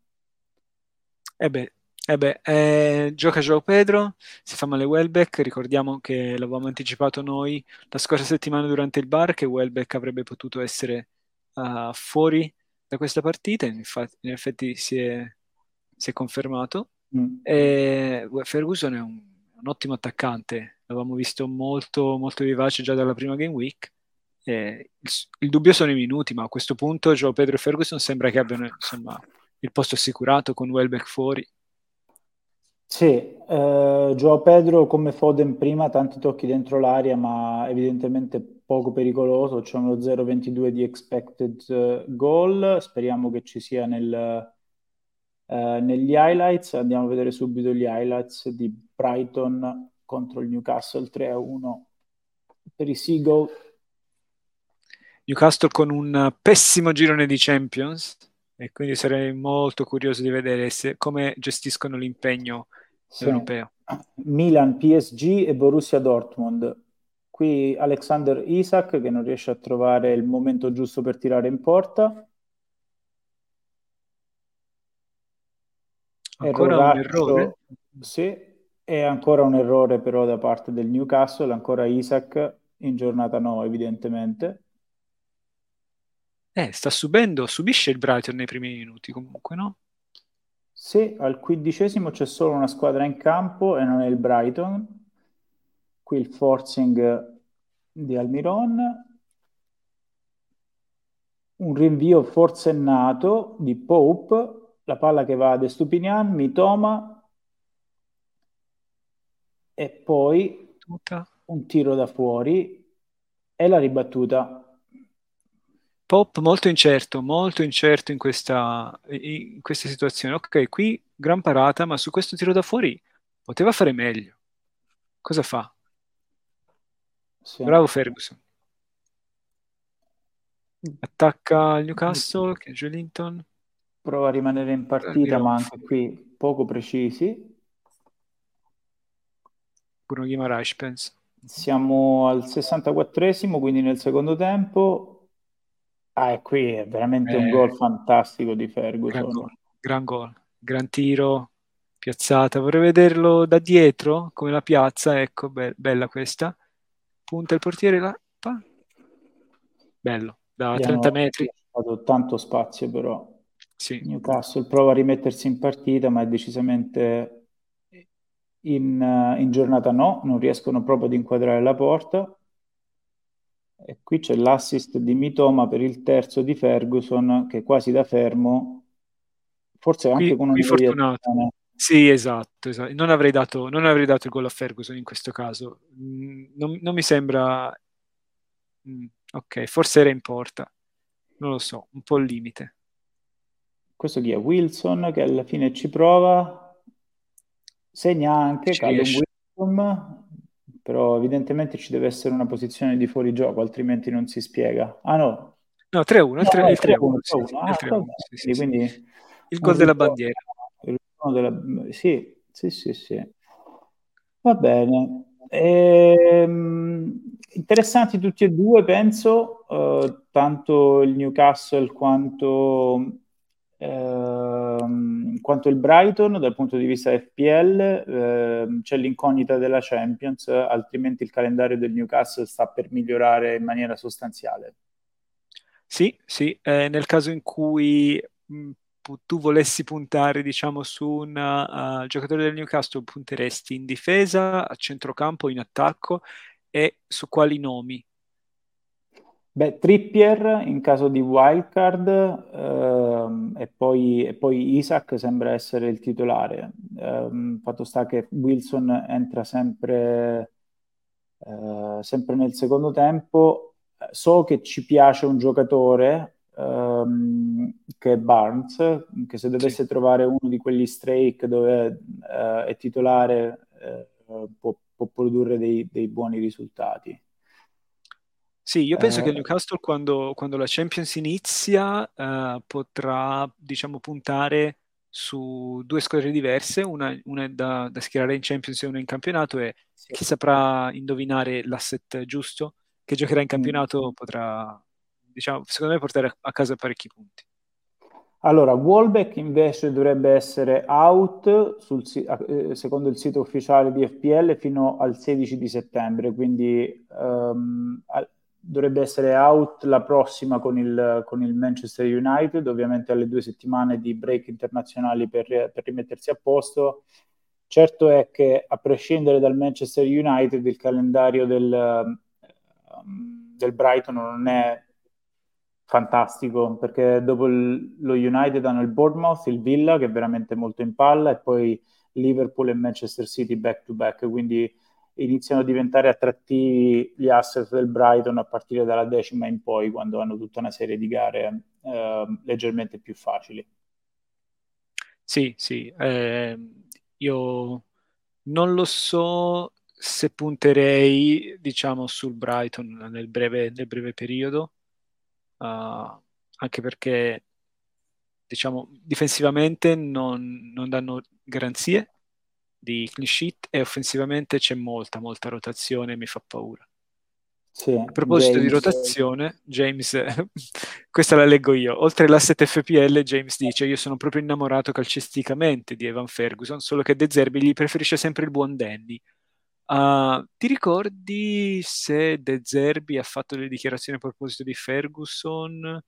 Speaker 2: E beh, eh beh, eh, gioca João Pedro, si fa male Welbeck, ricordiamo che l'avevamo anticipato noi la scorsa settimana durante il bar che Welbeck avrebbe potuto essere uh, fuori da questa partita, infatti, in effetti si è, si è confermato.
Speaker 1: Mm.
Speaker 2: E Ferguson è un, un ottimo attaccante, l'avevamo visto molto, molto vivace già dalla prima game week. E il, il dubbio sono i minuti, ma a questo punto João Pedro e Ferguson sembra che abbiano insomma il posto assicurato con Welbeck fuori.
Speaker 1: Sì, eh, Joao Pedro come Foden prima, tanti tocchi dentro l'area, ma evidentemente poco pericoloso. C'è uno zero virgola ventidue di expected eh, goal. Speriamo che ci sia nel, eh, negli highlights. Andiamo a vedere subito gli highlights di Brighton contro il Newcastle tre a uno per i Seagull.
Speaker 2: Newcastle con un pessimo girone di Champions e quindi sarei molto curioso di vedere se, come gestiscono l'impegno
Speaker 1: Sì.
Speaker 2: europeo.
Speaker 1: Milan, P S G e Borussia Dortmund. Qui Alexander Isak che non riesce a trovare il momento giusto per tirare in porta.
Speaker 2: Ancora un errore?
Speaker 1: Erroraccio, sì, è ancora un errore però da parte del Newcastle, ancora Isaac in giornata no, evidentemente.
Speaker 2: Eh, sta subendo, subisce il Brighton nei primi minuti comunque, no?
Speaker 1: Sì, al quindicesimo c'è solo una squadra in campo e non è il Brighton. Qui il forcing di Almiron, un rinvio forsennato di Pope, la palla che va ad Estupinian, Mitoma e poi
Speaker 2: Tutta.
Speaker 1: un tiro da fuori e la ribattuta.
Speaker 2: Pop molto incerto, molto incerto in questa, in questa situazione. Ok, qui gran parata, ma su questo tiro da fuori poteva fare meglio. Cosa fa?
Speaker 1: Sì.
Speaker 2: Bravo Ferguson. Attacca il Newcastle, che è Joelinton.
Speaker 1: Prova a rimanere in partita, ma anche qui poco precisi.
Speaker 2: Bruno Guimaraes, penso.
Speaker 1: Siamo al sessantaquattresimo, quindi nel secondo tempo. Ah, e qui è veramente un
Speaker 2: Eh,
Speaker 1: gol fantastico di
Speaker 2: gran
Speaker 1: Ferguson.
Speaker 2: gol, gran gol, gran tiro, piazzata. Vorrei vederlo da dietro, come la piazza. Ecco, be- bella questa. Punta il portiere là. Pa. Bello, da
Speaker 1: Gli
Speaker 2: trenta
Speaker 1: hanno
Speaker 2: metri.
Speaker 1: dato tanto spazio, però
Speaker 2: Sì.
Speaker 1: Newcastle prova a rimettersi in partita, ma è decisamente in, in giornata no, non riescono proprio ad inquadrare la porta. E qui c'è l'assist di Mitoma per il terzo di Ferguson, che quasi da fermo, forse
Speaker 2: Qui,
Speaker 1: anche con
Speaker 2: qui
Speaker 1: una
Speaker 2: fortunato.
Speaker 1: deviazione.
Speaker 2: Sì, esatto, esatto. Non avrei dato, non avrei dato il gol a Ferguson in questo caso. Mm, non, non mi sembra... mm, ok, forse era in porta. Non lo so, un po' al limite.
Speaker 1: Questo chi è? Wilson, che alla fine ci prova, segna anche
Speaker 2: Ci
Speaker 1: Callum
Speaker 2: riesce.
Speaker 1: Wilson, però evidentemente ci deve essere una posizione di fuorigioco, altrimenti non si spiega. Ah no,
Speaker 2: No, tre a uno, il
Speaker 1: no,
Speaker 2: tre-
Speaker 1: no,
Speaker 2: il
Speaker 1: è
Speaker 2: tre a uno,
Speaker 1: tre a uno,
Speaker 2: sì, sì, il
Speaker 1: Ah, va
Speaker 2: tre a uno,
Speaker 1: bene.
Speaker 2: sì, sì,
Speaker 1: Quindi,
Speaker 2: sì.
Speaker 1: quindi
Speaker 2: Il
Speaker 1: un
Speaker 2: gol della
Speaker 1: ritorno,
Speaker 2: bandiera.
Speaker 1: il ritorno della... Sì, sì, sì, sì. Va bene. Ehm, interessanti tutti e due, penso, eh, tanto il Newcastle quanto, ehm, quanto il Brighton dal punto di vista F P L. Ehm, c'è l'incognita della Champions, altrimenti il calendario del Newcastle sta per migliorare in maniera sostanziale.
Speaker 2: Sì, sì, eh, nel caso in cui mh, pu- tu volessi puntare, diciamo, su un uh, giocatore del Newcastle, punteresti in difesa, a centrocampo, in attacco e su quali nomi?
Speaker 1: Beh, Trippier in caso di wildcard, ehm, e poi, e poi Isaac sembra essere il titolare. Ehm, fatto sta che Wilson entra sempre, eh, sempre nel secondo tempo. So che ci piace un giocatore, ehm, che è Barnes, che se
Speaker 2: Sì.
Speaker 1: dovesse trovare uno di quegli streak dove eh, è titolare, eh, può, può produrre dei, dei buoni risultati.
Speaker 2: Sì, io penso che il
Speaker 1: Eh,
Speaker 2: Newcastle quando, quando la Champions inizia eh, potrà, diciamo, puntare su due squadre diverse, una, una è da, da schierare in Champions e una in campionato e
Speaker 1: sì.
Speaker 2: chi saprà indovinare l'asset giusto che giocherà in
Speaker 1: Mm.
Speaker 2: campionato potrà, diciamo, secondo me portare a, a casa parecchi punti.
Speaker 1: Allora, Welbeck invece dovrebbe essere out sul si- eh, secondo il sito ufficiale di F P L fino al sedici di settembre, quindi ehm, a- dovrebbe essere out la prossima con il, con il Manchester United, ovviamente alle due settimane di break internazionali per, per rimettersi a posto. Certo è che a prescindere dal Manchester United il calendario del, ehm, del Brighton non è fantastico perché dopo il- lo United hanno il Bournemouth, il Villa che è veramente molto in palla e poi Liverpool e Manchester City back to back, quindi iniziano a diventare attrattivi gli asset del Brighton a partire dalla decima in poi quando hanno tutta una serie di gare eh, leggermente più facili.
Speaker 2: Sì, sì, ehm, io non lo so se punterei, diciamo, sul Brighton nel breve, nel breve periodo, uh, anche perché, diciamo, difensivamente non, non danno garanzie di clean sheet e offensivamente c'è molta, molta rotazione e mi fa paura.
Speaker 1: Sì,
Speaker 2: A proposito di
Speaker 1: James.
Speaker 2: rotazione, James, questa la leggo io, oltre l'asset F P L, James dice, io sono proprio innamorato calcisticamente di Evan Ferguson, solo che De Zerbi gli preferisce sempre il buon Danny. Uh, ti ricordi se De Zerbi ha fatto delle dichiarazioni a proposito di Ferguson?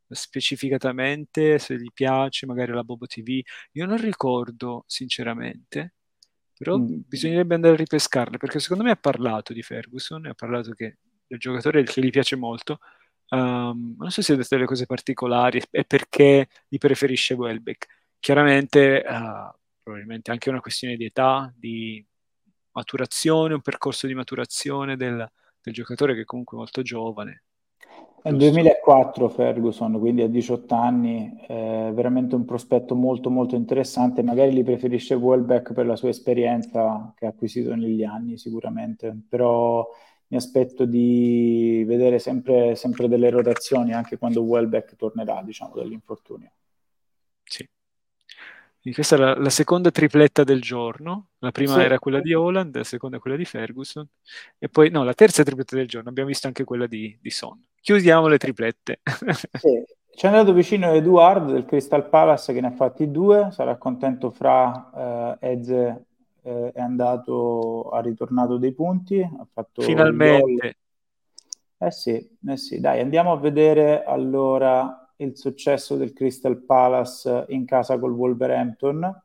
Speaker 2: specificatamente, se gli piace, magari la Bobo T V. Io non ricordo sinceramente, però
Speaker 1: Mm.
Speaker 2: bisognerebbe andare a ripescarle, perché secondo me ha parlato di Ferguson, ha parlato che del giocatore che gli piace molto. Um, non so se ha detto delle cose particolari e perché gli preferisce Welbeck. Chiaramente, uh, probabilmente anche una questione di età, di maturazione, un percorso di maturazione del, del giocatore che è comunque molto giovane,
Speaker 1: È il
Speaker 2: giusto?
Speaker 1: duemilaquattro Ferguson, quindi a diciotto anni, è veramente un prospetto molto molto interessante, magari li preferisce Welbeck per la sua esperienza che ha acquisito negli anni sicuramente, però mi aspetto di vedere sempre, sempre delle rotazioni anche quando Welbeck tornerà, diciamo, dall'infortunio.
Speaker 2: Sì. Quindi questa è la, la seconda tripletta del giorno. La prima
Speaker 1: Sì,
Speaker 2: era quella di Holland, la seconda è quella di Ferguson. E poi, no, la terza tripletta del giorno. Abbiamo visto anche quella di, di Son. Chiudiamo le triplette.
Speaker 1: sì. Ci è andato vicino Eduard del Crystal Palace che ne ha fatti due, sarà contento fra eh, Eze eh, è andato, ha ritornato dei punti, ha fatto il gol.
Speaker 2: Finalmente.
Speaker 1: Eh sì, eh sì, dai, andiamo a vedere allora il successo del Crystal Palace in casa col Wolverhampton.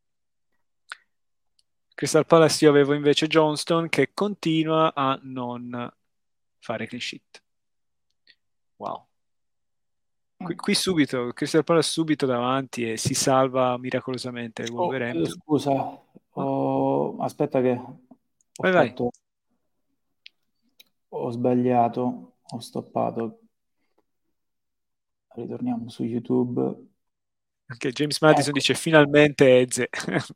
Speaker 2: Crystal Palace io avevo invece Johnston che continua a non fare clean sheet. Wow. Qui, qui subito, Crystal Palace subito davanti e si salva miracolosamente il
Speaker 1: Oh, chiedo
Speaker 2: Wolverhampton.
Speaker 1: scusa, oh, aspetta che ho
Speaker 2: Vai, vai.
Speaker 1: fatto, ho sbagliato, ho stoppato. Ritorniamo su YouTube.
Speaker 2: Anche James Madison
Speaker 1: Ecco.
Speaker 2: dice finalmente Eze.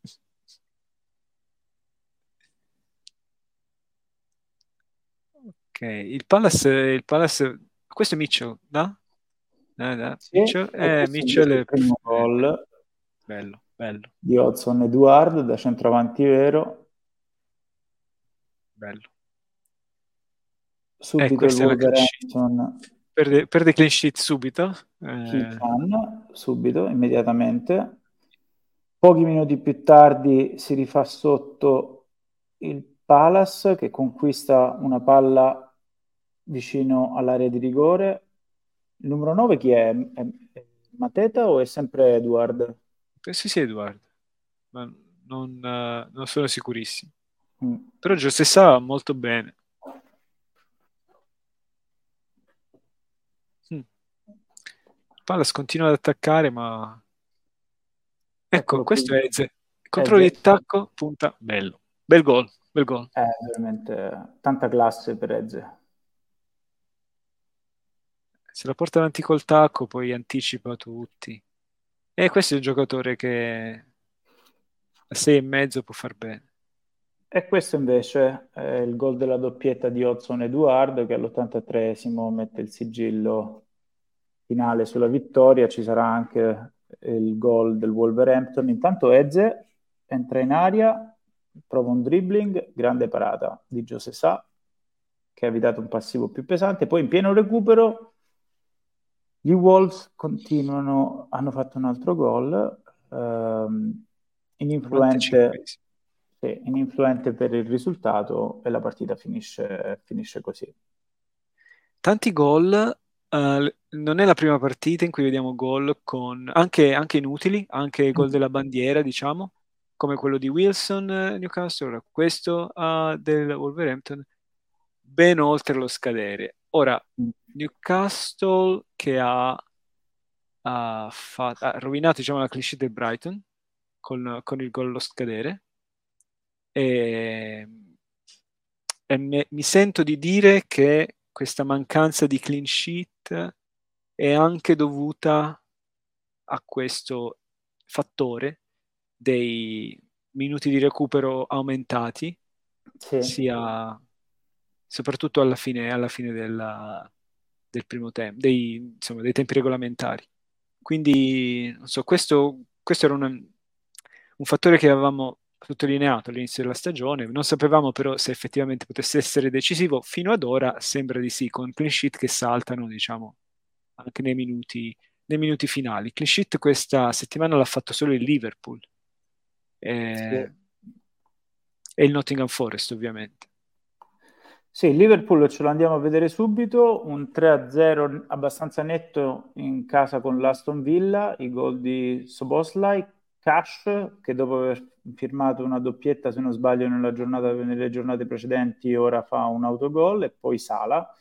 Speaker 2: Ok, il Palace, il Palace, questo è Mitchell, no? Eh, no,
Speaker 1: Sì,
Speaker 2: Mitchell,
Speaker 1: e
Speaker 2: eh,
Speaker 1: questo
Speaker 2: Mitchell
Speaker 1: invece è il
Speaker 2: è
Speaker 1: primo
Speaker 2: eh, bello,
Speaker 1: gol
Speaker 2: bello, bello,
Speaker 1: di Hudson Eduard da centravanti vero.
Speaker 2: bello. E
Speaker 1: Subito il
Speaker 2: questa è la clean sheet.
Speaker 1: Wolverhampton
Speaker 2: Perde, perde clean sheet subito. Eh,
Speaker 1: Kichan, subito, immediatamente. Pochi minuti più tardi si rifà sotto il Palace che conquista una palla vicino all'area di rigore. Il numero nove chi è? È, è Mateta o è sempre Edward?
Speaker 2: penso sia Edward, ma non, eh, non sono sicurissimo.
Speaker 1: Mm.
Speaker 2: Però José sa molto bene. Mm. Palace continua ad attaccare, ma ecco,
Speaker 1: Eccolo
Speaker 2: questo
Speaker 1: qui.
Speaker 2: è Eze. Controllo di
Speaker 1: Eze.
Speaker 2: attacco, punta, bello. Bel gol, bel gol.
Speaker 1: È veramente tanta classe per Eze.
Speaker 2: Se la porta avanti col tacco, poi anticipa tutti. E questo è un giocatore che a sei e mezzo può far bene.
Speaker 1: E questo invece è il gol della doppietta di Hudson Eduard che all'ottantatreesimo mette il sigillo finale sulla vittoria. Ci sarà anche il gol del Wolverhampton. Intanto Eze entra in aria, prova un dribbling, grande parata di José Sa che ha evitato un passivo più pesante. Poi in pieno recupero gli Wolves continuano, hanno fatto un altro gol, ehm, ininfluente,
Speaker 2: novantacinquesimo.
Speaker 1: sì, ininfluente per il risultato e la partita finisce, finisce così.
Speaker 2: Tanti gol, eh, non è la prima partita in cui vediamo gol con, anche, anche inutili, anche gol della bandiera, diciamo, come quello di Wilson, eh, Newcastle, ora questo eh, del Wolverhampton, ben oltre lo scadere. Ora, Newcastle che ha, ha fa- ha rovinato, diciamo, la cliché del Brighton con, con il gol allo scadere, e, e me- mi sento di dire che questa mancanza di clean sheet è anche dovuta a questo fattore dei minuti di recupero aumentati,
Speaker 1: Sì.
Speaker 2: sia soprattutto alla fine, alla fine della- del primo tempo, dei, insomma, dei tempi regolamentari. Quindi, non so, questo, questo era un, un fattore che avevamo sottolineato all'inizio della stagione, non sapevamo però se effettivamente potesse essere decisivo, fino ad ora sembra di sì, con clean sheet che saltano, diciamo, anche nei minuti, nei minuti finali. Clean sheet questa settimana l'ha fatto solo il Liverpool
Speaker 1: Sì.
Speaker 2: eh, e il Nottingham Forest, ovviamente.
Speaker 1: Sì, il Liverpool ce lo andiamo a vedere subito, un tre a zero abbastanza netto in casa con l'Aston Villa, i gol di Szoboszlai, Cash che dopo aver firmato una doppietta, se non sbaglio, nella giornata, nelle giornate precedenti, ora fa un autogol, e poi Sala.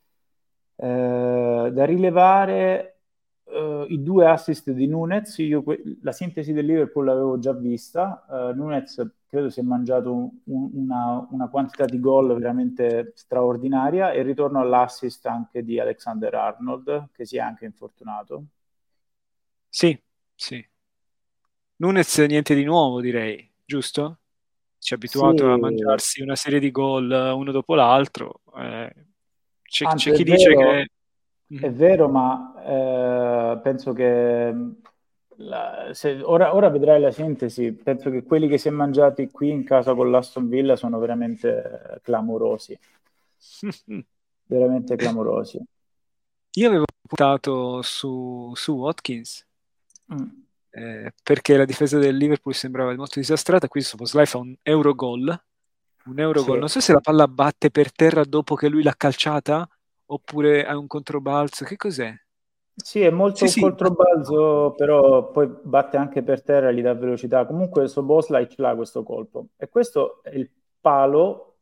Speaker 1: Eh, da rilevare eh, i due assist di Nunez. Io que- la sintesi del Liverpool l'avevo già vista. Eh, Nunez credo si è mangiato un- una, una quantità di gol veramente straordinaria, e ritorno all'assist anche di Alexander Arnold, che si è anche infortunato.
Speaker 2: Sì, sì. Nunez niente di nuovo, direi, giusto? Ci è abituato a
Speaker 1: Sì,
Speaker 2: mangiarsi una serie di gol eh, uno dopo l'altro. eh, c'è,
Speaker 1: anzi
Speaker 2: c'è
Speaker 1: è
Speaker 2: chi dice
Speaker 1: vero,
Speaker 2: che...
Speaker 1: è
Speaker 2: Mhm.
Speaker 1: vero, ma eh, penso che la- se- ora, ora vedrai la sintesi. Penso che quelli che si è mangiati qui in casa con l'Aston Villa sono veramente clamorosi, veramente clamorosi.
Speaker 2: Io avevo puntato su, su Watkins,
Speaker 1: Mm,
Speaker 2: eh, perché la difesa del Liverpool sembrava molto disastrata. Qui Szoboszlai fa un Eurogol, un Eurogol.
Speaker 1: sì.
Speaker 2: Non so se la palla batte per terra dopo che lui l'ha calciata oppure ha un controbalzo. Che cos'è?
Speaker 1: Sì, è molto
Speaker 2: Sì,
Speaker 1: un
Speaker 2: sì.
Speaker 1: controbalzo, però poi batte anche per terra e gli dà velocità. Comunque Szoboszlai ce l'ha questo colpo. E questo è il palo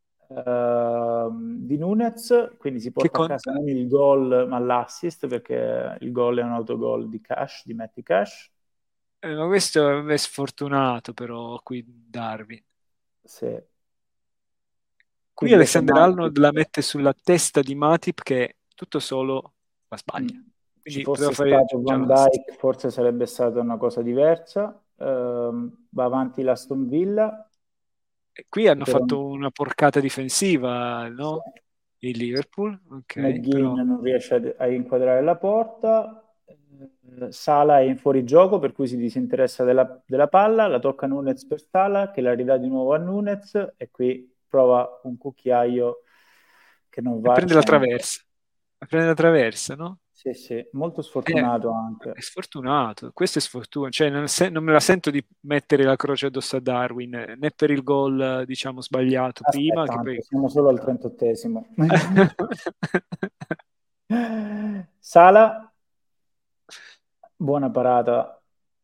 Speaker 1: ehm, di Nunez, quindi si
Speaker 2: Che
Speaker 1: porta a casa
Speaker 2: conta?
Speaker 1: non il gol ma l'assist, perché il gol è un autogol di Cash, di Matty Cash.
Speaker 2: Eh, ma questo è sfortunato però qui Darwin.
Speaker 1: Sì. Qui
Speaker 2: Qui
Speaker 1: invece
Speaker 2: Alexander
Speaker 1: Matip,
Speaker 2: Arnold la mette sulla testa di Matip che tutto solo la
Speaker 1: mm,
Speaker 2: sbaglia.
Speaker 1: ci
Speaker 2: Quindi poteva
Speaker 1: fosse
Speaker 2: fare
Speaker 1: stato
Speaker 2: già
Speaker 1: Van
Speaker 2: l'assist.
Speaker 1: Dijk, forse sarebbe stata una cosa diversa. Ehm, va avanti l'Aston Villa,
Speaker 2: E qui
Speaker 1: che
Speaker 2: hanno
Speaker 1: però
Speaker 2: fatto una porcata difensiva,
Speaker 1: sì,
Speaker 2: no? Il Liverpool, ok,
Speaker 1: McGinn
Speaker 2: però
Speaker 1: non riesce a, a inquadrare la porta. Eh, Sala è in fuorigioco, per cui si disinteressa della, della palla, la tocca Nunez per Sala, che la ridà di nuovo a Nunez, e qui prova un cucchiaio che non
Speaker 2: e
Speaker 1: va a
Speaker 2: prende la
Speaker 1: centro.
Speaker 2: traversa. Prende la traversa, no?
Speaker 1: Sì, sì, molto
Speaker 2: Eh,
Speaker 1: sfortunato
Speaker 2: è
Speaker 1: anche.
Speaker 2: sfortunato, questo è sfortuna, cioè non, se- non me la sento di mettere la croce addosso a Darwin, eh, né per il gol, eh, diciamo, sbagliato prima,
Speaker 1: Aspetta,
Speaker 2: che
Speaker 1: Anto,
Speaker 2: poi...
Speaker 1: siamo solo al trentottesimo. Sala, buona parata.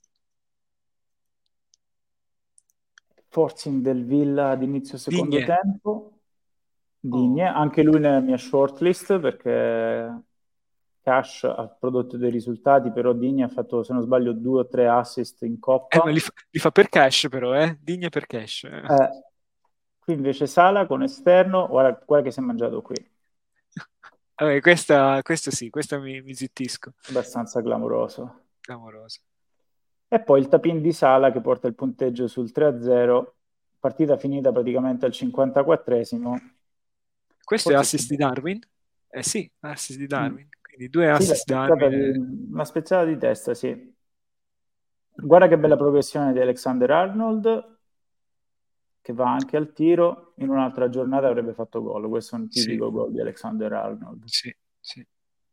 Speaker 1: Forcing del Villa ad inizio secondo
Speaker 2: Digne.
Speaker 1: tempo. Digne,
Speaker 2: Oh.
Speaker 1: anche lui nella mia shortlist, perché Cash ha prodotto dei risultati, però Digne ha fatto, se non sbaglio, due o tre assist in
Speaker 2: Eh, ma li
Speaker 1: coppa.
Speaker 2: fa, li fa per cash però, eh? Digne per cash. eh.
Speaker 1: Eh, qui invece Sala con esterno, guarda, guarda che si è mangiato qui,
Speaker 2: Vabbè, questa, questa sì, questa mi, mi zittisco.
Speaker 1: abbastanza clamoroso.
Speaker 2: Clamoroso.
Speaker 1: E poi il tapin di Sala che porta il punteggio sul tre a zero, partita finita praticamente al cinquantaquattresimo.
Speaker 2: Questo è
Speaker 1: Forse si...
Speaker 2: assist di Darwin? Eh sì, assist di
Speaker 1: Mm.
Speaker 2: Darwin. Quindi due
Speaker 1: Sì, la
Speaker 2: assist
Speaker 1: spezzata
Speaker 2: Darwin.
Speaker 1: di,
Speaker 2: eh.
Speaker 1: la spezzata di testa, sì. Guarda che bella progressione di Alexander Arnold, che va anche al tiro. In un'altra giornata avrebbe fatto gol. Questo è un
Speaker 2: Sì,
Speaker 1: tipico gol di Alexander Arnold.
Speaker 2: sì, sì.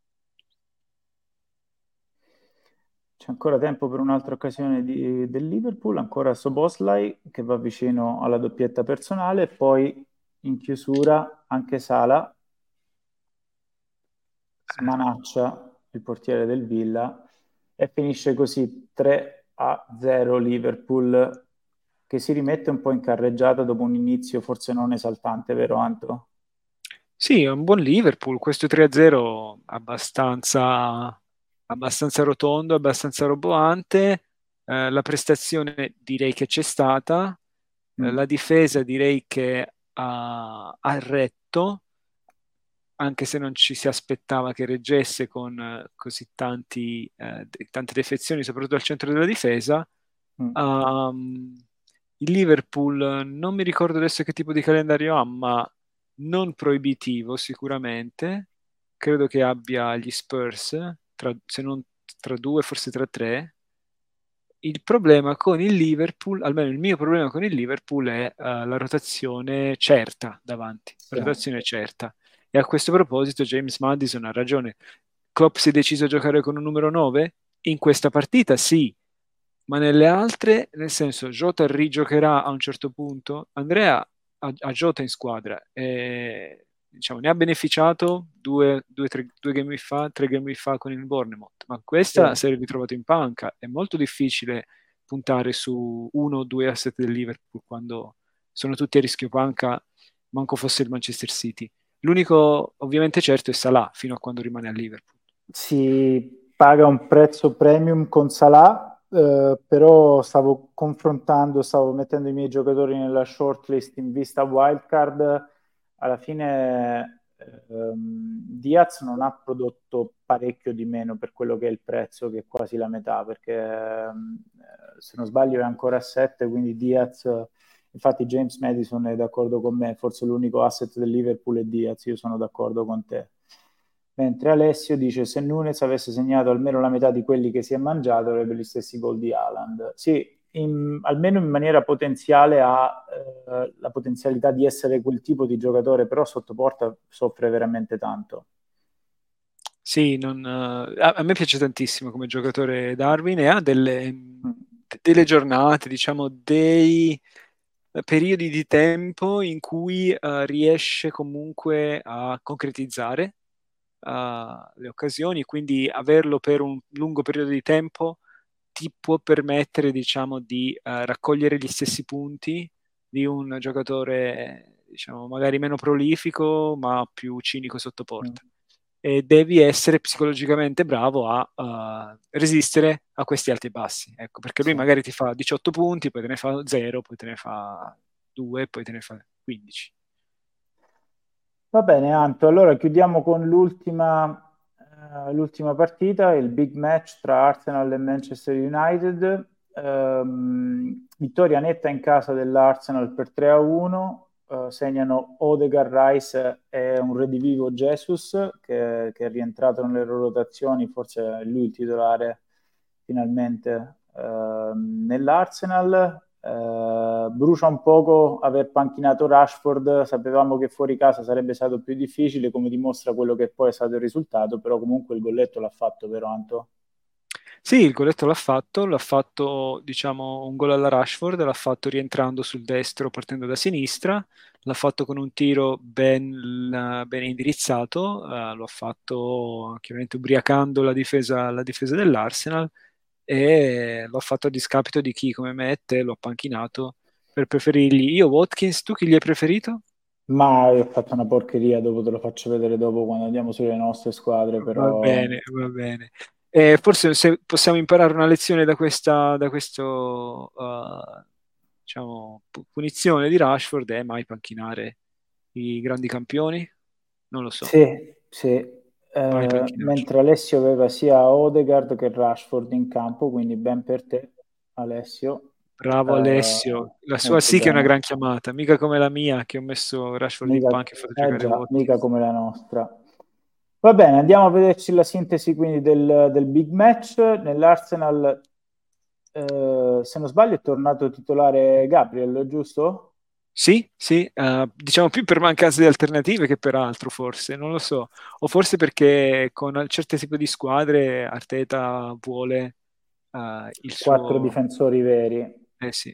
Speaker 1: C'è ancora tempo per un'altra occasione di- del Liverpool, ancora Szoboszlai che va vicino alla doppietta personale, e poi in chiusura anche Sala smanaccia il portiere del Villa, e finisce così tre a zero Liverpool, che si rimette un po' in carreggiata dopo un inizio forse non esaltante, vero Anto?
Speaker 2: Sì, è un buon Liverpool. Questo tre a zero abbastanza, abbastanza rotondo, abbastanza roboante. Eh, la prestazione direi che c'è stata. Eh,
Speaker 1: Mm.
Speaker 2: la difesa direi che ha, ha retto, anche se non ci si aspettava che reggesse con eh, così tanti, eh, de- tante defezioni, soprattutto al centro della difesa.
Speaker 1: Mm.
Speaker 2: Um, il Liverpool, eh, non mi ricordo adesso che tipo di calendario ha, ma non proibitivo sicuramente. Credo che abbia gli Spurs, tra- se non tra due, forse tra tre. Il problema con il Liverpool, almeno il mio problema con il Liverpool è eh, la rotazione certa davanti, la
Speaker 1: Sì.
Speaker 2: rotazione certa. E a questo proposito James Madison ha ragione. Klopp si è deciso a giocare con un numero nove? In questa partita sì, ma nelle altre, nel senso, Jota rigiocherà a un certo punto. Andrea, ha, ha Jota in squadra e diciamo, ne ha beneficiato due, due, tre, due game week fa, tre game week fa con il Bournemouth, ma questa
Speaker 1: Sì.
Speaker 2: si è ritrovato in panca. È molto difficile puntare su uno o due asset del Liverpool quando sono tutti a rischio panca, manco fosse il Manchester City. L'unico ovviamente certo è Salah, fino a quando rimane a Liverpool.
Speaker 1: Si paga un prezzo premium con Salah, eh, però stavo confrontando, stavo mettendo i miei giocatori nella shortlist in vista wildcard. Alla fine ehm, Diaz non ha prodotto parecchio di meno per quello che è il prezzo, che è quasi la metà, perché ehm, se non sbaglio è ancora a sette, quindi Diaz, infatti James Madison è d'accordo con me, forse l'unico asset del Liverpool è Diaz, io sono d'accordo con te. Mentre Alessio dice se Nunes avesse segnato almeno la metà di quelli che si è mangiato avrebbe gli stessi gol di Haaland. Sì, in, almeno in maniera potenziale ha eh, la potenzialità di essere quel tipo di giocatore, però sotto porta soffre veramente tanto.
Speaker 2: Sì, non, uh, a, a me piace tantissimo come giocatore Darwin e ha delle,
Speaker 1: Mm.
Speaker 2: delle giornate, diciamo, dei periodi di tempo in cui uh, riesce comunque a concretizzare uh, le occasioni, quindi averlo per un lungo periodo di tempo ti può permettere, diciamo, di uh, raccogliere gli stessi punti di un giocatore, diciamo, magari meno prolifico, ma più cinico sotto porta.
Speaker 1: Mm.
Speaker 2: E devi essere psicologicamente bravo a uh, resistere a questi alti e bassi, ecco, perché lui
Speaker 1: Sì.
Speaker 2: magari ti fa diciotto punti, poi te ne fa zero, poi te ne fa due, poi te ne fa quindici.
Speaker 1: Va bene, Anto, allora chiudiamo con l'ultima, eh, l'ultima partita, il big match tra Arsenal e Manchester United. Ehm, vittoria netta in casa dell'Arsenal per tre a uno, eh, segnano Odegaard, Rice e un redivivo Jesus che, che è rientrato nelle rotazioni, forse è lui il titolare finalmente ehm, nell'Arsenal. Eh, brucia un poco aver panchinato Rashford, sapevamo che fuori casa sarebbe stato più difficile, come dimostra quello che poi è stato il risultato, però comunque il golletto l'ha fatto, vero Anto?
Speaker 2: Sì, il golletto l'ha fatto, l'ha fatto, diciamo, un gol alla Rashford, l'ha fatto rientrando sul destro partendo da sinistra, l'ha fatto con un tiro ben, ben indirizzato, eh, lo ha fatto chiaramente ubriacando la difesa, la difesa dell'Arsenal e l'ho fatto a discapito di chi come me e te lo ha panchinato per preferirgli. Io Watkins, tu chi gli hai preferito?
Speaker 1: Ma ho fatto una porcheria, dopo te lo faccio vedere dopo quando andiamo sulle nostre squadre,
Speaker 2: Va
Speaker 1: però
Speaker 2: bene, va bene. Eh, forse se possiamo imparare una lezione da questa, da questo, uh, diciamo, pu- punizione di Rashford è mai panchinare i grandi campioni? Non lo so,
Speaker 1: sì, sì.
Speaker 2: mai
Speaker 1: Eh,
Speaker 2: panchinarli.
Speaker 1: mentre Alessio aveva sia Odegaard che Rashford in campo, quindi ben per te, Alessio.
Speaker 2: Bravo
Speaker 1: Eh,
Speaker 2: Alessio, la sua
Speaker 1: molto
Speaker 2: sì che è una
Speaker 1: bene.
Speaker 2: gran chiamata, mica come la mia che ho messo Rashford in
Speaker 1: Mica,
Speaker 2: panca e ho fatto
Speaker 1: eh
Speaker 2: giocare
Speaker 1: già, mica
Speaker 2: Watkins.
Speaker 1: come la nostra. Va bene, andiamo a vederci la sintesi quindi del, del big match. Nell'Arsenal, eh, se non sbaglio, è tornato titolare Gabriel, giusto?
Speaker 2: Sì, sì, eh, diciamo più per mancanza di alternative che per altro, forse, non lo so. O forse perché con certi tipi di squadre Arteta vuole eh, il
Speaker 1: Quattro
Speaker 2: suo...
Speaker 1: difensori veri.
Speaker 2: Eh sì,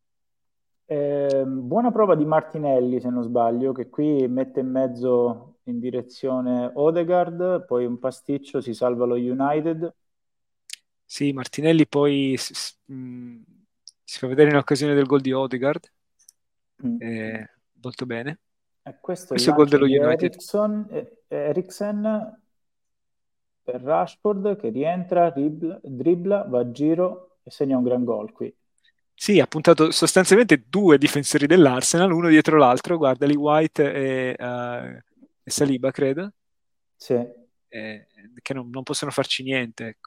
Speaker 1: Eh, buona prova di Martinelli, se non sbaglio, che qui mette in mezzo in direzione Odegaard, poi un pasticcio, si salva lo United.
Speaker 2: sì, Martinelli poi s- s- mh, si fa vedere in occasione del gol di Odegaard,
Speaker 1: Mm.
Speaker 2: eh, molto bene.
Speaker 1: E questo è il
Speaker 2: Questo è il gol
Speaker 1: lancio
Speaker 2: dello
Speaker 1: di
Speaker 2: United.
Speaker 1: Eriksson, eh, Eriksen per Rashford che rientra, dribbla, dribbla, va a giro e segna un gran gol qui.
Speaker 2: Sì, ha puntato sostanzialmente due difensori dell'Arsenal, uno dietro l'altro, guarda lì White e, eh, e Saliba, credo,
Speaker 1: Sì,
Speaker 2: eh, che non, non possono farci niente, ecco.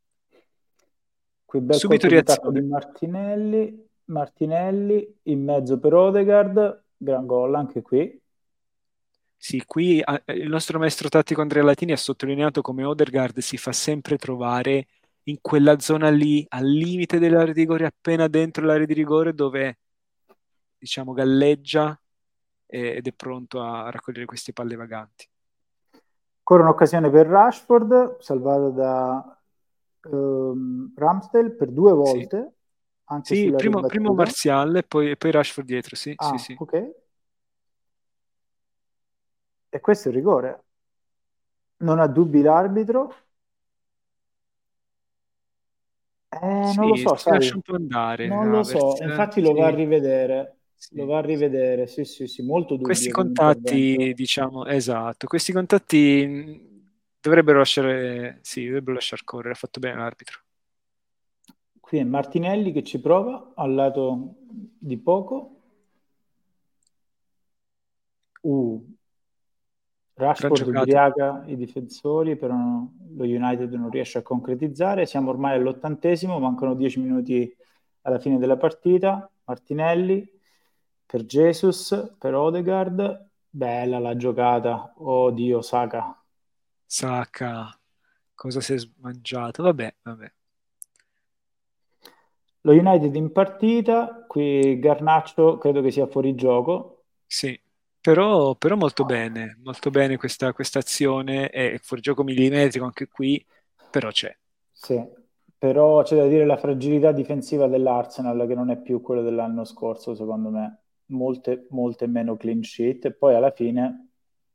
Speaker 1: qui bel
Speaker 2: Subito
Speaker 1: colpo di tacco di
Speaker 2: reazione.
Speaker 1: Martinelli, Martinelli in mezzo per Odegaard, gran gol anche qui.
Speaker 2: Sì, qui eh, il nostro maestro tattico Andrea Latini ha sottolineato come Odegaard si fa sempre trovare in quella zona lì, al limite dell'area di rigore, appena dentro l'area di rigore, dove diciamo galleggia eh, ed è pronto a raccogliere queste palle vaganti.
Speaker 1: Ancora un'occasione per Rashford, salvata da ehm, Ramsdale per due
Speaker 2: Sì,
Speaker 1: volte, anche
Speaker 2: sì
Speaker 1: sulla
Speaker 2: primo, primo
Speaker 1: ribattuta.
Speaker 2: Martial e poi, e poi Rashford dietro, sì, sì,
Speaker 1: Ah,
Speaker 2: sì.
Speaker 1: ok. E questo è il rigore. Non ha dubbi l'arbitro? Eh, non lo
Speaker 2: Sì,
Speaker 1: so,
Speaker 2: si lascia
Speaker 1: sai,
Speaker 2: un po' andare.
Speaker 1: non lo so,
Speaker 2: Havertz,
Speaker 1: infatti lo va a
Speaker 2: sì,
Speaker 1: rivedere, lo
Speaker 2: sì,
Speaker 1: va a
Speaker 2: sì.
Speaker 1: rivedere, sì, sì, sì, molto
Speaker 2: Questi
Speaker 1: dubbio
Speaker 2: contatti,
Speaker 1: quell'intervento.
Speaker 2: diciamo, esatto, questi contatti mh, dovrebbero lasciare, sì, dovrebbero lasciar correre, ha fatto bene l'arbitro.
Speaker 1: Qui è Martinelli che ci prova al lato di poco. Uh,
Speaker 2: Gran
Speaker 1: Rashford
Speaker 2: giocata.
Speaker 1: ubriaca i difensori, però no- lo United non riesce a concretizzare. Siamo ormai all'ottantesimo, mancano dieci minuti alla fine della partita. Martinelli per Jesus, per Odegaard. Bella la giocata. Oddio, Saka.
Speaker 2: Sacca, cosa si è mangiato? Vabbè, vabbè.
Speaker 1: Lo United in partita, qui Garnacho credo che sia fuori gioco.
Speaker 2: Sì, però, però molto bene, molto bene questa, questa azione, è fuori gioco millimetrico anche qui, però c'è.
Speaker 1: Sì, però c'è da dire la fragilità difensiva dell'Arsenal che non è più quella dell'anno scorso, secondo me. Molte, molte meno clean sheet. E poi alla fine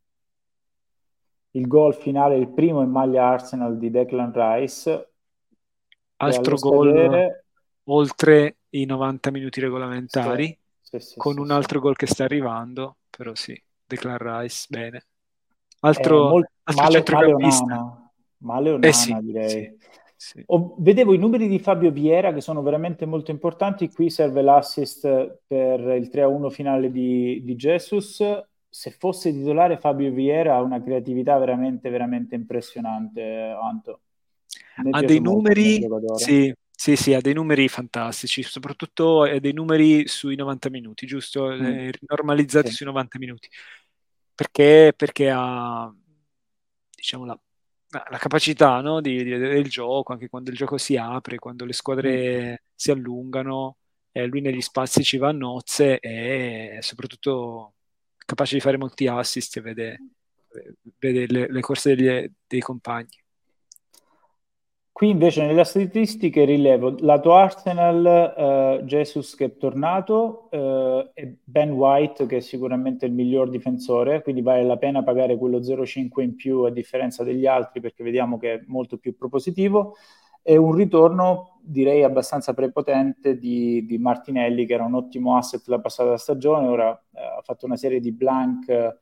Speaker 1: il gol finale, il primo in maglia Arsenal di Declan Rice, che allo
Speaker 2: Altro gol
Speaker 1: scadere...
Speaker 2: oltre i novanta minuti
Speaker 1: Sì,
Speaker 2: regolamentari,
Speaker 1: sì, sì,
Speaker 2: con
Speaker 1: sì,
Speaker 2: un
Speaker 1: sì.
Speaker 2: altro gol che sta arrivando, però sì, Declan Rice, bene.
Speaker 1: È
Speaker 2: Altro,
Speaker 1: mol-
Speaker 2: altro
Speaker 1: male, male
Speaker 2: centrocampista.
Speaker 1: Onana, male
Speaker 2: Eh sì,
Speaker 1: Onana
Speaker 2: sì,
Speaker 1: direi.
Speaker 2: sì.
Speaker 1: Ho- vedevo i numeri di Fabio Vieira che sono veramente molto importanti. Qui serve l'assist per il tre a uno finale di, di Jesus. Se fosse titolare, Fabio Vieira ha una creatività veramente, veramente impressionante, Anto. A me
Speaker 2: Ha
Speaker 1: piace
Speaker 2: dei
Speaker 1: molto come
Speaker 2: numeri,
Speaker 1: giocatore.
Speaker 2: sì, sì, sì, ha dei numeri fantastici, soprattutto ha dei numeri sui novanta minuti, giusto?
Speaker 1: Mm,
Speaker 2: Eh, normalizzati
Speaker 1: sì.
Speaker 2: sui novanta minuti. Perché, perché ha, diciamo, la, la capacità, no, di, di vedere il gioco, anche quando il gioco si apre, quando le
Speaker 1: Mm.
Speaker 2: squadre si allungano, eh, lui negli spazi ci va a nozze e soprattutto capace di fare molti assist e vede, vede le, le corse degli- dei compagni.
Speaker 1: Qui invece nelle statistiche rilevo lato Arsenal, eh, Jesus che è tornato eh, e Ben White che è sicuramente il miglior difensore, quindi vale la pena pagare quello zero virgola cinque in più a differenza degli altri perché vediamo che è molto più propositivo e un ritorno direi abbastanza prepotente di, di Martinelli che era un ottimo asset la passata stagione, ora eh, ha fatto una serie di blank eh,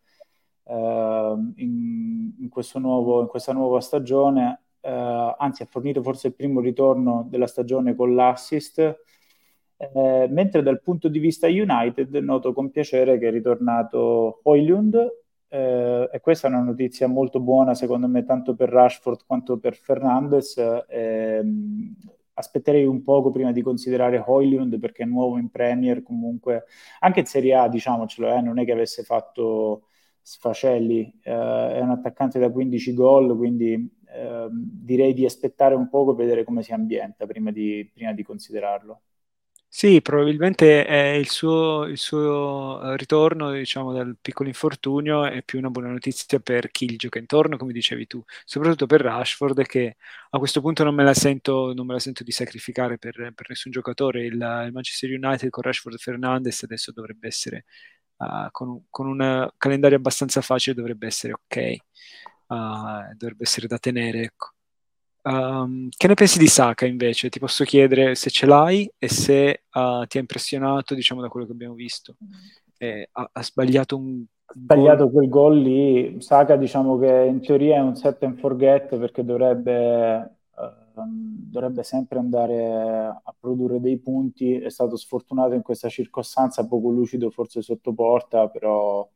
Speaker 1: in, in questo nuovo, in questa nuova stagione eh, anzi ha fornito forse il primo ritorno della stagione con l'assist, eh, mentre dal punto di vista United noto con piacere che è ritornato Højlund eh, e questa è una notizia molto buona secondo me tanto per Rashford quanto per Fernandes. Ehm, aspetterei un poco prima di considerare Højlund perché è nuovo in Premier comunque, anche in Serie A diciamocelo, eh, non è che avesse fatto sfacelli, eh, è un attaccante da quindici gol, quindi eh, direi di aspettare un poco e vedere come si ambienta prima di, prima di considerarlo.
Speaker 2: Sì, probabilmente è il suo, il suo eh, ritorno, diciamo, dal piccolo infortunio è più una buona notizia per chi gli gioca intorno, come dicevi tu, soprattutto per Rashford, che a questo punto non me la sento, non me la sento di sacrificare per, per nessun giocatore. Il, il Manchester United con Rashford e Fernandes adesso dovrebbe essere, uh, con, un, con un calendario abbastanza facile, dovrebbe essere ok, uh, dovrebbe essere da tenere, ecco. Um, che ne pensi di Saka invece? Ti posso chiedere se ce l'hai e se uh, ti ha impressionato, diciamo, da quello che abbiamo visto. Eh, ha, ha sbagliato un, un gol.
Speaker 1: Sbagliato quel gol lì, Saka diciamo che in teoria è un set and forget perché dovrebbe, ehm, dovrebbe sempre andare a produrre dei punti, è stato sfortunato in questa circostanza, poco lucido forse sotto porta, però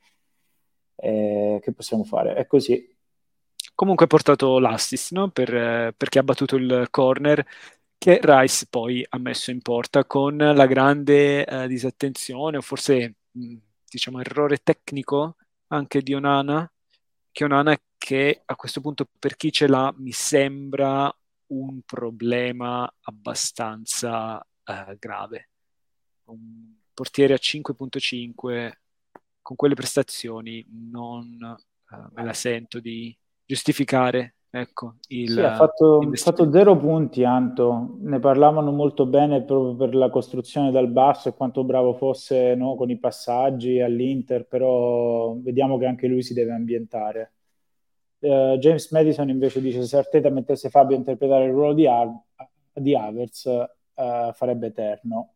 Speaker 1: eh, che possiamo fare? È così.
Speaker 2: Comunque ha portato l'assist, no? Per, eh, perché ha battuto il corner che Rice poi ha messo in porta con la grande eh, disattenzione o forse mh, diciamo errore tecnico anche di Onana, che Onana che a questo punto per chi ce l'ha mi sembra un problema abbastanza eh, grave. Un portiere a cinque virgola cinque con quelle prestazioni non eh, me la sento di giustificare ecco, il,
Speaker 1: Sì, ha fatto, ha
Speaker 2: l'investimento.
Speaker 1: fatto zero punti, Anto. Ne parlavano molto bene proprio per la costruzione dal basso e quanto bravo fosse, no, con i passaggi all'Inter, però vediamo che anche lui si deve ambientare. Eh, James Madison invece dice se Arteta mettesse Fabio a interpretare il ruolo di, Har- di Havertz, eh, farebbe eterno.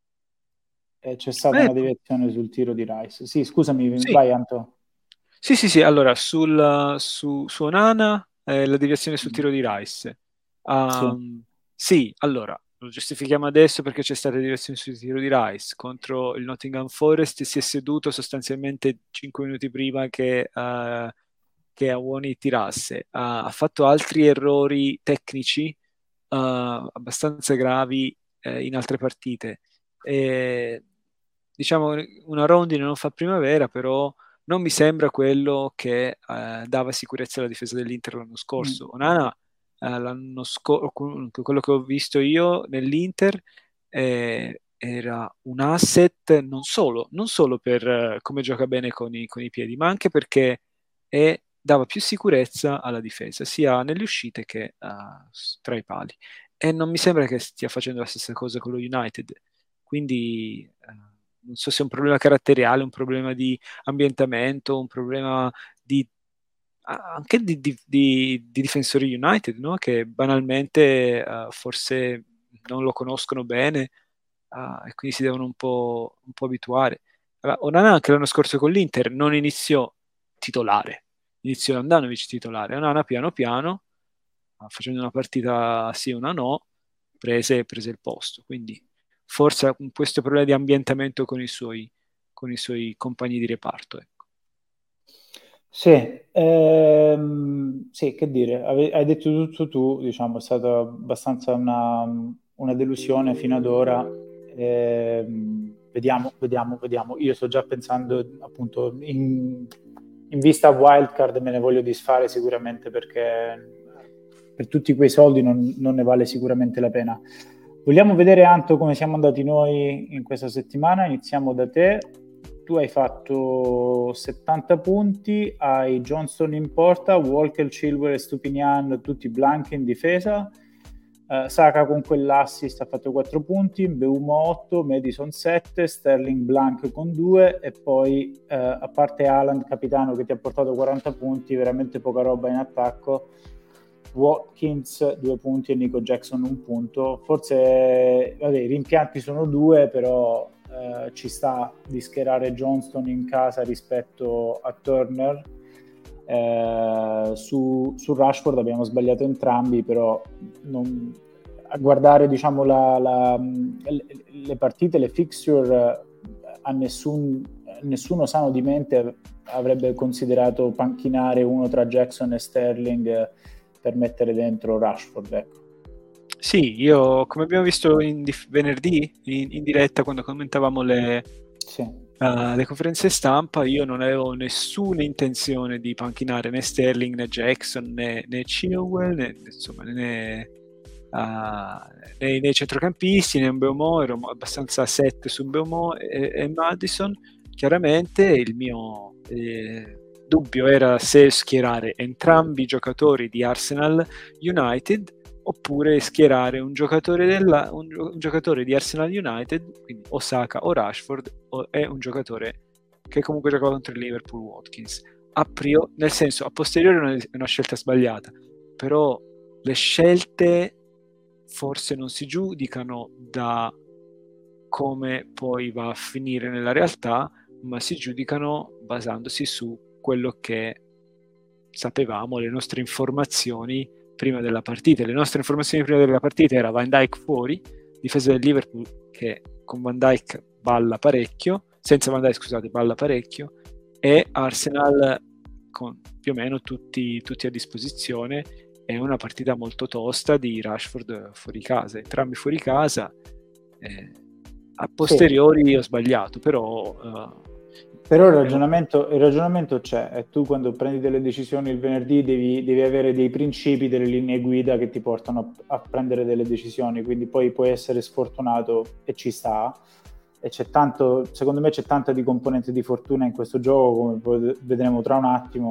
Speaker 1: E c'è stata
Speaker 2: Eh,
Speaker 1: una deviazione sul tiro di Rice. Sì, scusami,
Speaker 2: sì,
Speaker 1: vai Anto.
Speaker 2: sì, sì, sì, allora, sul, su, su Onana, eh, la deviazione sul tiro di Rice.
Speaker 1: Sì.
Speaker 2: Um, sì, allora, lo giustifichiamo adesso perché c'è stata deviazione sul tiro di Rice contro il Nottingham Forest, si è seduto sostanzialmente cinque minuti prima che, eh, che Awoni tirasse. Ha ha fatto altri errori tecnici, eh, abbastanza gravi, eh, in altre partite. E, diciamo, una rondine non fa primavera, però non mi sembra quello che eh, dava sicurezza alla difesa dell'Inter l'anno
Speaker 1: Mm.
Speaker 2: scorso. Onana, eh, l'anno scorso, quello che ho visto io nell'Inter, eh, era un asset non solo, non solo per eh, come gioca bene con i, con i piedi, ma anche perché è- dava più sicurezza alla difesa, sia nelle uscite che eh, tra i pali. E non mi sembra che stia facendo la stessa cosa con lo United. Quindi eh, non so se è un problema caratteriale, un problema di ambientamento, un problema di, anche di, di- di- di difensori United, no? Che banalmente eh, forse non lo conoscono bene, eh, e quindi si devono un po', un po' abituare. Allora, Onana anche l'anno scorso con l'Inter non iniziò titolare, iniziò Andanovic titolare. Onana piano piano, eh, facendo una partita sì, una no, prese, prese il posto. Quindi forse ha questo problema di ambientamento con i suoi, con i suoi compagni di reparto. Ecco.
Speaker 1: Sì, ehm, sì, che dire, ave- hai detto tutto tu, diciamo, è stata abbastanza una, una delusione fino ad ora. Ehm, vediamo, vediamo, vediamo. Io sto già pensando, appunto, in, in vista a Wildcard me ne voglio disfare sicuramente perché per tutti quei soldi non, non ne vale sicuramente la pena. Vogliamo vedere, Anto, come siamo andati noi in questa settimana? Iniziamo da te. Tu hai fatto settanta punti, hai Johnston in porta, Walker, Chilwell e Stupinian tutti blanchi in difesa. Uh, Saka con quell'assist ha fatto quattro punti, Mbeumo otto, Madison sette, Sterling blank con due e poi uh, a parte Haaland capitano che ti ha portato quaranta punti, veramente poca roba in attacco. Watkins due punti e Nico Jackson un punto. Forse vabbè, i rimpianti sono due, però eh, ci sta di schierare Johnston in casa rispetto a Turner. Eh, su, su Rashford abbiamo sbagliato entrambi, però non, a guardare diciamo la, la, le, le partite, le fixture, a nessun, nessuno sano di mente avrebbe considerato panchinare uno tra Jackson e Sterling per mettere dentro Rashford, ecco.
Speaker 2: Sì, io come abbiamo visto in dif- venerdì in, in diretta quando commentavamo le,
Speaker 1: Sì.
Speaker 2: uh, le conferenze stampa, io non avevo nessuna intenzione di panchinare né Sterling né Jackson né, né Chilwell né, insomma, né, uh, né, né centrocampisti né Mbeumo, ero abbastanza set su Mbeumo e, e Maddison. Chiaramente il mio eh, dubbio era se schierare entrambi i giocatori di Arsenal United oppure schierare un giocatore, della, un, un giocatore di Arsenal United, quindi o Saka o Rashford, o è un giocatore che comunque giocava contro il Liverpool, Watkins. A priori, nel senso, a posteriori è una scelta sbagliata, però le scelte forse non si giudicano da come poi va a finire nella realtà, ma si giudicano basandosi su quello che sapevamo, le nostre informazioni prima della partita. Le nostre informazioni prima della partita era Van Dijk fuori, difesa del Liverpool che con Van Dijk balla parecchio, senza Van Dijk scusate balla parecchio, e Arsenal con più o meno tutti, tutti a disposizione. È una partita molto tosta di Rashford fuori casa, entrambi fuori casa. Eh, a posteriori sì. Ho sbagliato, però uh,
Speaker 1: però il ragionamento, il ragionamento c'è, e tu quando prendi delle decisioni il venerdì devi, devi avere dei principi, delle linee guida che ti portano a, a prendere delle decisioni, quindi poi puoi essere sfortunato e ci sta, e c'è tanto, secondo me c'è tanta di componente di fortuna in questo gioco, come poi vedremo tra un attimo,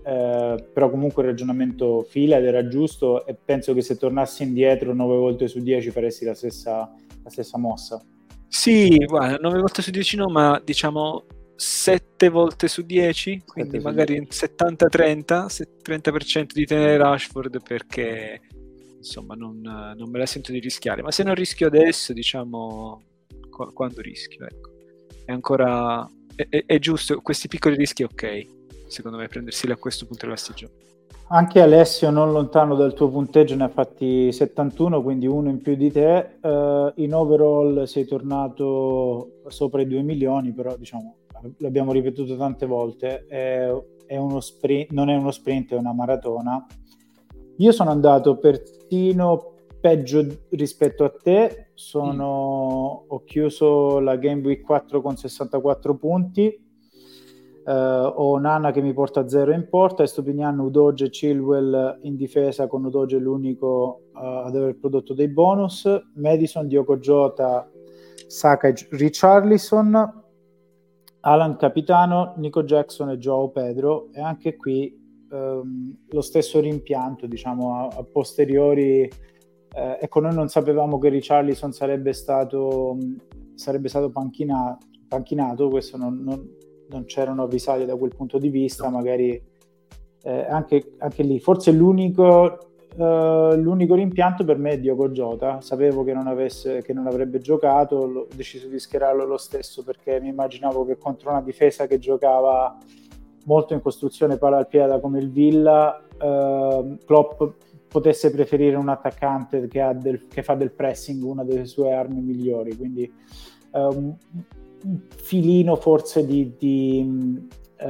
Speaker 1: eh, però comunque il ragionamento fila ed era giusto, e penso che se tornassi indietro nove volte su dieci faresti la stessa, la stessa mossa.
Speaker 2: Sì, guarda, nove volte su dieci no, ma diciamo sette volte su dieci, quindi magari settanta trenta, trenta per cento di tenere Rashford, perché insomma non, non me la sento di rischiare, ma se non rischio adesso, diciamo, qu- quando rischio, ecco. È ancora, è, è, è giusto, questi piccoli rischi è ok, secondo me, prenderseli a questo punto della stagione.
Speaker 1: Anche Alessio, non lontano dal tuo punteggio, ne ha fatti settantuno, quindi uno in più di te. Uh, in overall sei tornato sopra i due milioni, però diciamo, l'abbiamo ripetuto tante volte, è, è uno sprint, non è uno sprint, è una maratona. Io sono andato persino peggio rispetto a te, sono, mm. ho chiuso la Game Week quattro con sessantaquattro punti. Uh, ho Nana che mi porta a zero in porta, Estupinian, Udoge e Chilwell in difesa, con Udoge l'unico uh, ad aver prodotto dei bonus, Madison, Diogo Jota, Saka e Richarlison, Alan capitano, Nico Jackson e Joao Pedro, e anche qui um, lo stesso rimpianto, diciamo, a, a posteriori. Eh, ecco, noi non sapevamo che Richarlison sarebbe stato sarebbe stato panchina, panchinato, questo non, non non c'erano avvisati da quel punto di vista, magari eh, anche, anche lì forse l'unico, uh, l'unico rimpianto per me è Diogo Jota. Sapevo che non, avesse, che non avrebbe giocato, ho deciso di schierarlo lo stesso perché mi immaginavo che contro una difesa che giocava molto in costruzione palla al piede come il Villa, uh, Klopp potesse preferire un attaccante che, ha del, che fa del pressing una delle sue armi migliori, quindi um, un filino forse di, di,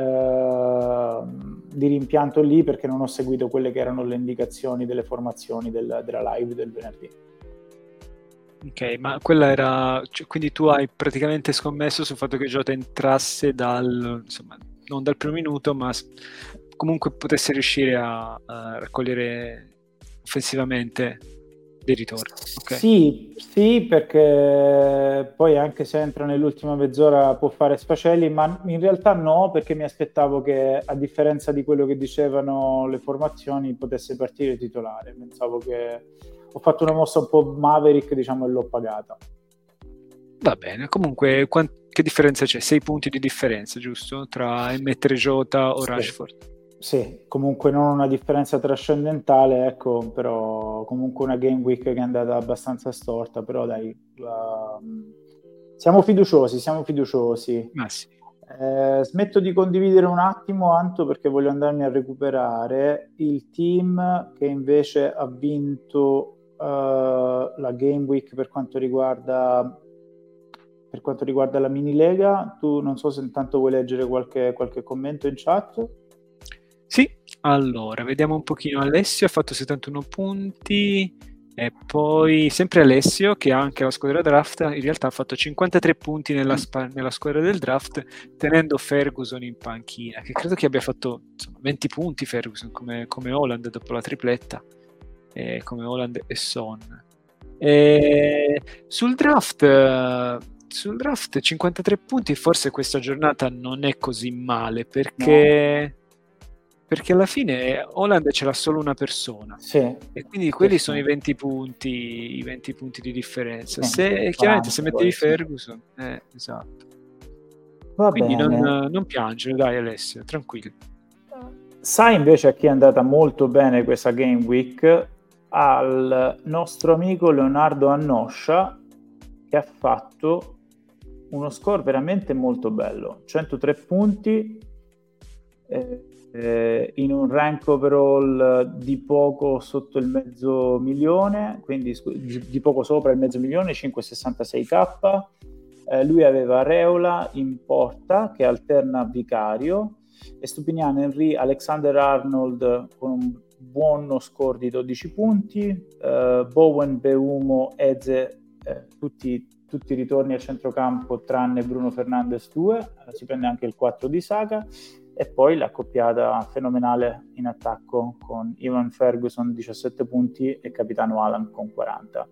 Speaker 1: uh, di rimpianto lì, perché non ho seguito quelle che erano le indicazioni delle formazioni del, della live del venerdì.
Speaker 2: Ok, ma quella era, cioè, quindi tu hai praticamente scommesso sul fatto che Jota entrasse dal, insomma, non dal primo minuto, ma comunque potesse riuscire a, a raccogliere offensivamente dei ritorni. Okay.
Speaker 1: Sì, sì, perché poi anche se entra nell'ultima mezz'ora può fare sfaceli, ma in realtà no, perché mi aspettavo che, a differenza di quello che dicevano le formazioni, potesse partire titolare. Pensavo che ho fatto una mossa un po' Maverick, diciamo, e l'ho pagata.
Speaker 2: Va bene, comunque quant- che differenza c'è? Sei punti di differenza, giusto? Tra mettere Jota o
Speaker 1: sì.
Speaker 2: Rashford?
Speaker 1: Sì, comunque non una differenza trascendentale, ecco, però comunque una game week che è andata abbastanza storta, però dai, la... siamo fiduciosi, siamo fiduciosi.
Speaker 2: Ah, sì.
Speaker 1: Eh, smetto di condividere un attimo, Anto, perché voglio andarmi a recuperare il team che invece ha vinto uh, la game week per quanto riguarda per quanto riguarda la mini lega. Tu non so se intanto vuoi leggere qualche, qualche commento in chat.
Speaker 2: Sì, allora, vediamo un pochino. Alessio ha fatto settantuno punti, e poi sempre Alessio, che ha anche la squadra draft, in realtà ha fatto cinquantatré punti nella, spa- nella squadra del draft, tenendo Ferguson in panchina, che credo che abbia fatto insomma, venti punti Ferguson, come, come Haaland dopo la tripletta, eh, come Haaland e Son. E sul draft... Sul draft cinquantatré punti, forse questa giornata non è così male, perché... No. Perché alla fine Haaland ce l'ha solo una persona,
Speaker 1: sì,
Speaker 2: e quindi quelli
Speaker 1: sì,
Speaker 2: sono
Speaker 1: sì.
Speaker 2: i venti punti, i venti punti di differenza.
Speaker 1: Sì,
Speaker 2: se chiaramente se mettevi
Speaker 1: sì.
Speaker 2: Ferguson, eh, esatto.
Speaker 1: Va
Speaker 2: quindi
Speaker 1: bene.
Speaker 2: Non, non piangere, dai Alessio, tranquillo.
Speaker 1: Sai invece a chi è andata molto bene questa game week? Al nostro amico Leonardo Annoscia, che ha fatto uno score veramente molto bello, centotré punti. Eh, Eh, in un rank overall di poco sotto il mezzo milione, quindi di poco sopra il mezzo milione, cinque virgola sessantasei k. Eh, lui aveva Reola in porta che alterna Vicario, Estupinian, Henry, Alexander Arnold con un buono score di dodici punti, eh, Bowen, Beumo, Eze, eh, tutti tutti i ritorni a centrocampo tranne Bruno Fernandes due, eh, si prende anche il quattro di Saka, e poi l'accoppiata fenomenale in attacco con Ivan Ferguson diciassette punti e capitano Alan con quaranta.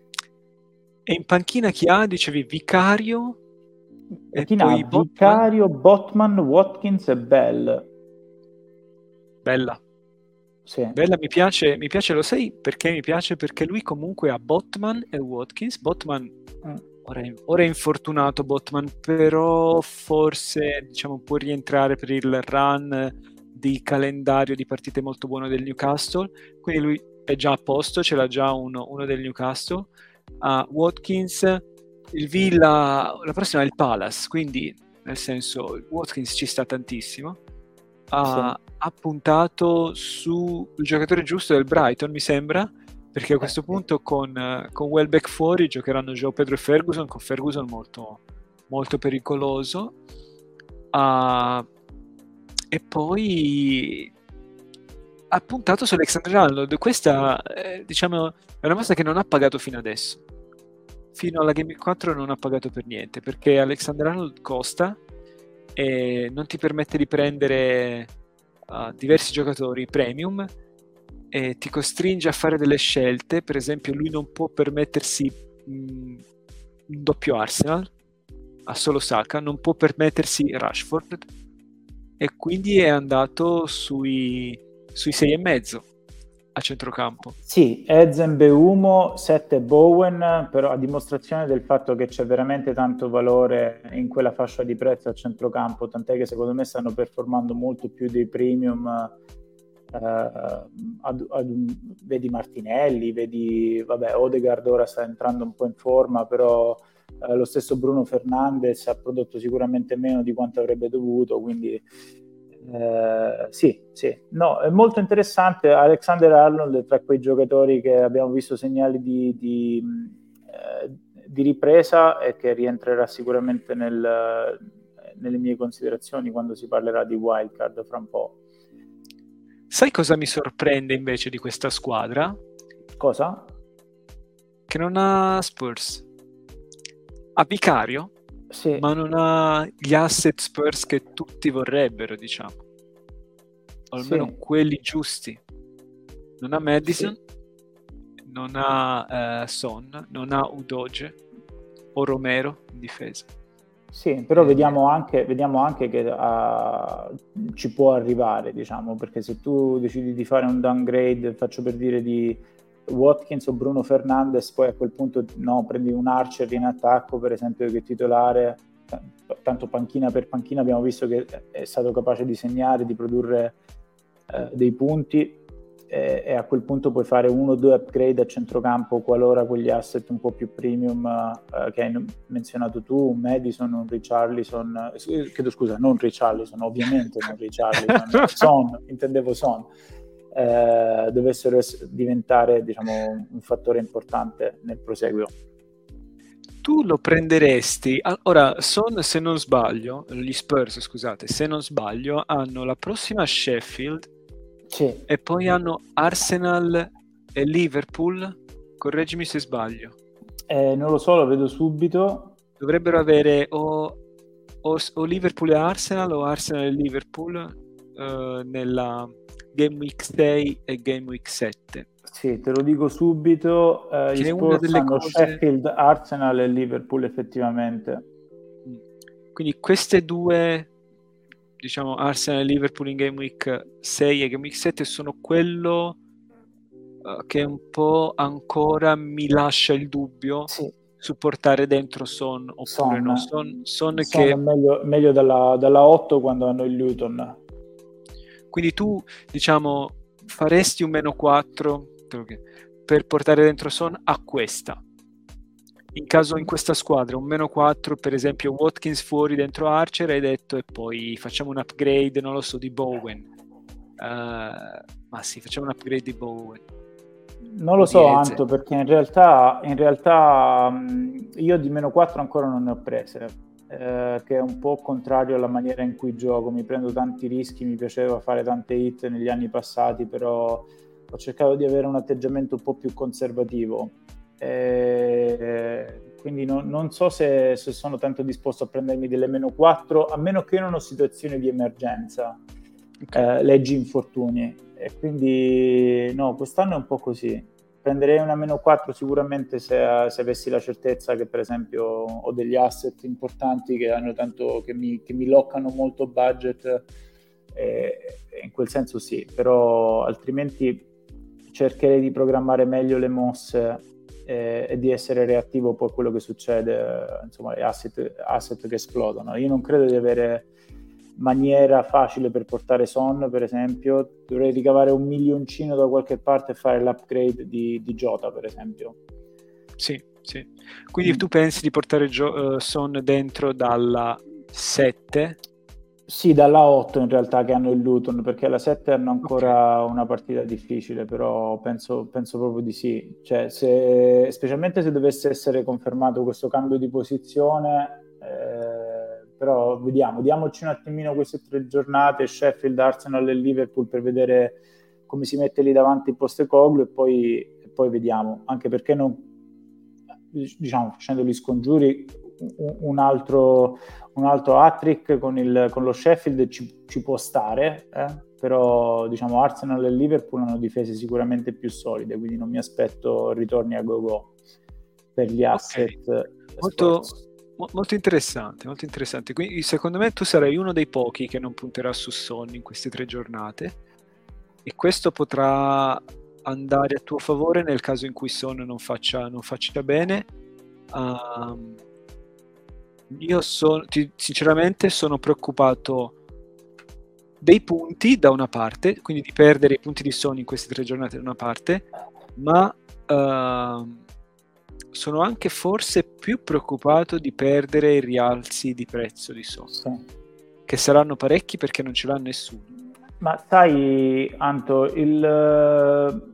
Speaker 2: E in panchina chi ha? Dicevi Vicario?
Speaker 1: E, e chi ha? Vicario, Botman, Watkins e Bell.
Speaker 2: Bella.
Speaker 1: Sì.
Speaker 2: Bella, mi piace, mi piace, lo sai perché mi piace? Perché lui comunque ha Botman e Watkins. Botman
Speaker 1: Mm.
Speaker 2: ora è, ora è infortunato Botman, però forse diciamo può rientrare per il run di calendario di partite molto buono del Newcastle, quindi lui è già a posto, ce l'ha già uno, uno del Newcastle. Uh, Watkins, il Villa, la prossima è il Palace, quindi nel senso Watkins ci sta tantissimo. Ha,
Speaker 1: Sì.
Speaker 2: ha puntato sul giocatore giusto del Brighton, mi sembra, perché a questo
Speaker 1: Eh,
Speaker 2: punto con, con Welbeck fuori giocheranno João Pedro e Ferguson, con Ferguson molto, molto pericoloso. Uh, e poi ha puntato su Alexander Arnold. Questa eh, diciamo è una mossa che non ha pagato fino adesso, fino alla Game Week quattro non ha pagato per niente, perché Alexander Arnold costa e non ti permette di prendere uh, diversi giocatori premium e ti costringe a fare delle scelte. Per esempio lui non può permettersi mh, un doppio Arsenal, ha solo Saka, non può permettersi Rashford e quindi è andato sui, sui sei e mezzo a centrocampo.
Speaker 1: Sì, Ezen Beumo, sette Bowen, però a dimostrazione del fatto che c'è veramente tanto valore in quella fascia di prezzo a centrocampo, tant'è che secondo me stanno performando molto più dei premium. Eh, ad, ad, vedi Martinelli, vedi vabbè, Odegaard ora sta entrando un po' in forma, però eh, lo stesso Bruno Fernandes ha prodotto sicuramente meno di quanto avrebbe dovuto, quindi Eh, sì, sì, no, è molto interessante. Alexander Arnold è tra quei giocatori che abbiamo visto segnali di, di, eh, di ripresa e che rientrerà sicuramente nel, nelle mie considerazioni quando si parlerà di wildcard fra un po'.
Speaker 2: Sai cosa mi sorprende invece di questa squadra?
Speaker 1: Cosa?
Speaker 2: Che non ha Spurs. Ha Vicario,
Speaker 1: sì.
Speaker 2: ma non ha gli asset Spurs che tutti vorrebbero, diciamo, o almeno
Speaker 1: sì.
Speaker 2: quelli giusti. Non ha Madison,
Speaker 1: sì.
Speaker 2: non ha eh, Son, non ha Udoge o Romero in difesa.
Speaker 1: Sì, però
Speaker 2: eh.
Speaker 1: vediamo anche, vediamo anche che uh, ci può arrivare, diciamo, perché se tu decidi di fare un downgrade, faccio per dire di Watkins o Bruno Fernandes, poi a quel punto no, prendi un Archer in attacco, per esempio, che titolare, t- tanto panchina per panchina abbiamo visto che è stato capace di segnare, di produrre eh, dei punti, e, e a quel punto puoi fare uno o due upgrade a centrocampo qualora quegli asset un po' più premium eh, che hai menzionato tu, un Madison, un Richarlison, eh, chiedo scusa, non Richarlison, ovviamente non Richarlison, Son, intendevo Son, eh, dovessero es- diventare, diciamo, un fattore importante nel proseguio.
Speaker 2: Tu lo prenderesti? Ora, Son, se non sbaglio, gli Spurs, scusate, se non sbaglio, hanno la prossima Sheffield,
Speaker 1: sì.
Speaker 2: E poi hanno Arsenal e Liverpool, correggimi se sbaglio.
Speaker 1: Eh, non lo so, lo vedo subito.
Speaker 2: Dovrebbero avere o, o, o Liverpool e Arsenal o Arsenal e Liverpool uh, nella Game Week sei e Game Week sette.
Speaker 1: Sì, te lo dico subito. Eh, gli Spurs hanno cose... Sheffield, Arsenal e Liverpool effettivamente.
Speaker 2: Quindi queste due, diciamo Arsenal e Liverpool in Game Week sei e Game Week sette sono quello uh, che un po' ancora mi lascia il dubbio
Speaker 1: sì.
Speaker 2: su portare dentro Son oppure
Speaker 1: Son.
Speaker 2: no. Son, Son,
Speaker 1: Son
Speaker 2: che
Speaker 1: è meglio, meglio dalla, dalla otto quando hanno il Luton.
Speaker 2: Quindi tu, diciamo, faresti un meno quattro per portare dentro Son a questa. In caso in questa squadra un meno quattro, per esempio Watkins fuori dentro Archer, hai detto, e poi facciamo un upgrade, non lo so, di Bowen. Uh, ma sì, facciamo un upgrade di Bowen.
Speaker 1: Non lo so, Anto, perché in realtà, in realtà io di meno quattro ancora non ne ho prese, eh, che è un po' contrario alla maniera in cui gioco. Mi prendo tanti rischi, mi piaceva fare tante hit negli anni passati, però ho cercato di avere un atteggiamento un po' più conservativo. E quindi non, non so se, se sono tanto disposto a prendermi delle meno quattro, a meno che non ho situazioni di emergenza, okay. eh, leggi infortuni, e quindi no, quest'anno è un po' così. Prenderei una meno quattro sicuramente se, se avessi la certezza che per esempio ho degli asset importanti che hanno tanto, che mi, che mi loccano molto budget e, e in quel senso sì, però altrimenti cercherei di programmare meglio le mosse e, e di essere reattivo poi a quello che succede, insomma, gli asset, asset che esplodono. Io non credo di avere maniera facile per portare Son, per esempio. Dovrei ricavare un milioncino da qualche parte e fare l'upgrade di, di Jota, per esempio.
Speaker 2: Sì, sì. Quindi mm. tu pensi di portare Gio- uh, Son dentro dalla sette?
Speaker 1: Sì, dalla otto in realtà, che hanno il Luton, perché alla sette hanno ancora okay. una partita difficile, però penso, penso proprio di sì. Cioè, se, specialmente se dovesse essere confermato questo cambio di posizione, eh, però vediamo, diamoci un attimino queste tre giornate, Sheffield, Arsenal e Liverpool, per vedere come si mette lì davanti il Postecoglou, e poi, e poi vediamo, anche perché non, diciamo, facendo gli scongiuri, un, un altro... un altro hat-trick con, il, con lo Sheffield ci, ci può stare, eh? Però diciamo Arsenal e Liverpool hanno difese sicuramente più solide, quindi non mi aspetto ritorni a go-go per gli asset.
Speaker 2: Okay. Molto, molto interessante, molto interessante. Quindi secondo me tu sarai uno dei pochi che non punterà su Son in queste tre giornate, e questo potrà andare a tuo favore nel caso in cui Son non faccia, non faccia bene. Um, Io sono, sinceramente sono preoccupato dei punti da una parte, quindi di perdere i punti di Son in queste tre giornate da una parte, ma uh, sono anche forse più preoccupato di perdere i rialzi di prezzo di Son, sì. che saranno parecchi perché non ce l'ha nessuno.
Speaker 1: Ma sai, Anto, il...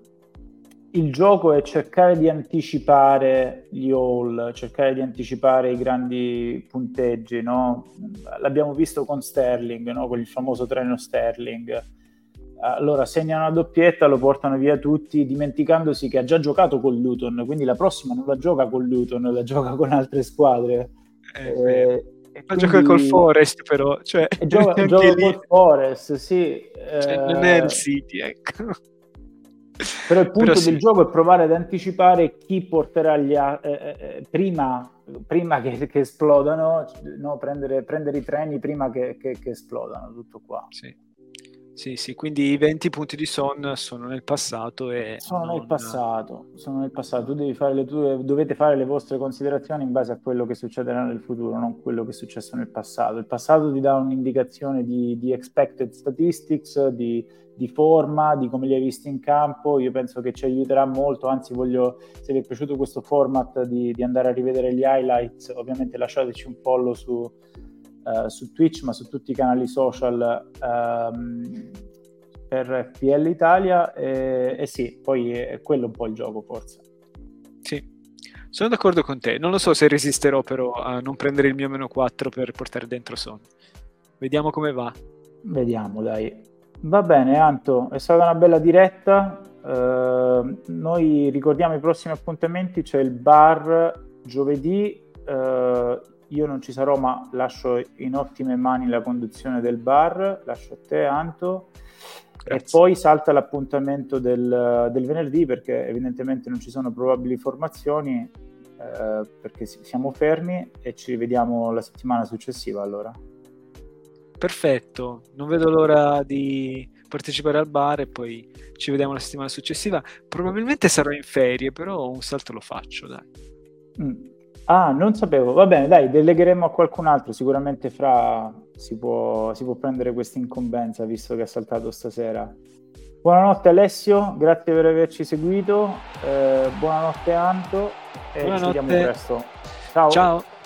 Speaker 1: il gioco è cercare di anticipare gli haul, cercare di anticipare i grandi punteggi, no? L'abbiamo visto con Sterling, no? Con il famoso treno Sterling. Allora segnano una doppietta, lo portano via tutti, dimenticandosi che ha già giocato con Luton, quindi la prossima non la gioca con Luton, la gioca con altre squadre.
Speaker 2: È eh, e quindi... gioca col Forest, però, cioè,
Speaker 1: e gioca, gioca col Forest, sì.
Speaker 2: Cioè, eh... non è il City, ecco.
Speaker 1: Però il punto Però sì. del gioco è provare ad anticipare chi porterà gli a- eh, eh, prima, prima che, che esplodano, no? prendere, prendere i treni prima che, che, che esplodano, tutto qua.
Speaker 2: Sì. Sì, sì, quindi i venti punti di Son sono nel passato e
Speaker 1: sono
Speaker 2: non...
Speaker 1: nel passato, sono nel passato. Tu devi fare le tue, dovete fare le vostre considerazioni in base a quello che succederà nel futuro, non quello che è successo nel passato. Il passato ti dà un'indicazione di, di expected statistics, di, di forma, di come li hai visti in campo. Io penso che ci aiuterà molto, anzi voglio, se vi è piaciuto questo format, di, di andare a rivedere gli highlights. Ovviamente lasciateci un follow su Uh, su Twitch, ma su tutti i canali social um, per F P L Italia, e, e sì, poi è quello un po' il gioco, forse.
Speaker 2: Sì, sono d'accordo con te. Non lo so se resisterò però a non prendere il mio meno quattro per portare dentro Son. Vediamo come va.
Speaker 1: Vediamo, dai. Va bene, Anto, è stata una bella diretta. Uh, noi ricordiamo i prossimi appuntamenti. C'è il bar giovedì. Uh, Io non ci sarò, ma lascio in ottime mani la conduzione del bar, lascio a te, Anto. Grazie. E poi salta l'appuntamento del, del venerdì, perché evidentemente non ci sono probabili formazioni, eh, perché siamo fermi, e ci rivediamo la settimana successiva allora.
Speaker 2: Perfetto, non vedo l'ora di partecipare al bar e poi ci vediamo la settimana successiva. Probabilmente sarò in ferie, però un salto lo faccio, dai.
Speaker 1: Mm. Ah, non sapevo. Va bene, dai, delegheremo a qualcun altro. Sicuramente Fra si può, si può prendere questa incombenza, visto che ha saltato stasera. Buonanotte Alessio, grazie per averci seguito. Eh, buonanotte Anto e buonanotte. Ci vediamo presto. Ciao.
Speaker 2: Ciao.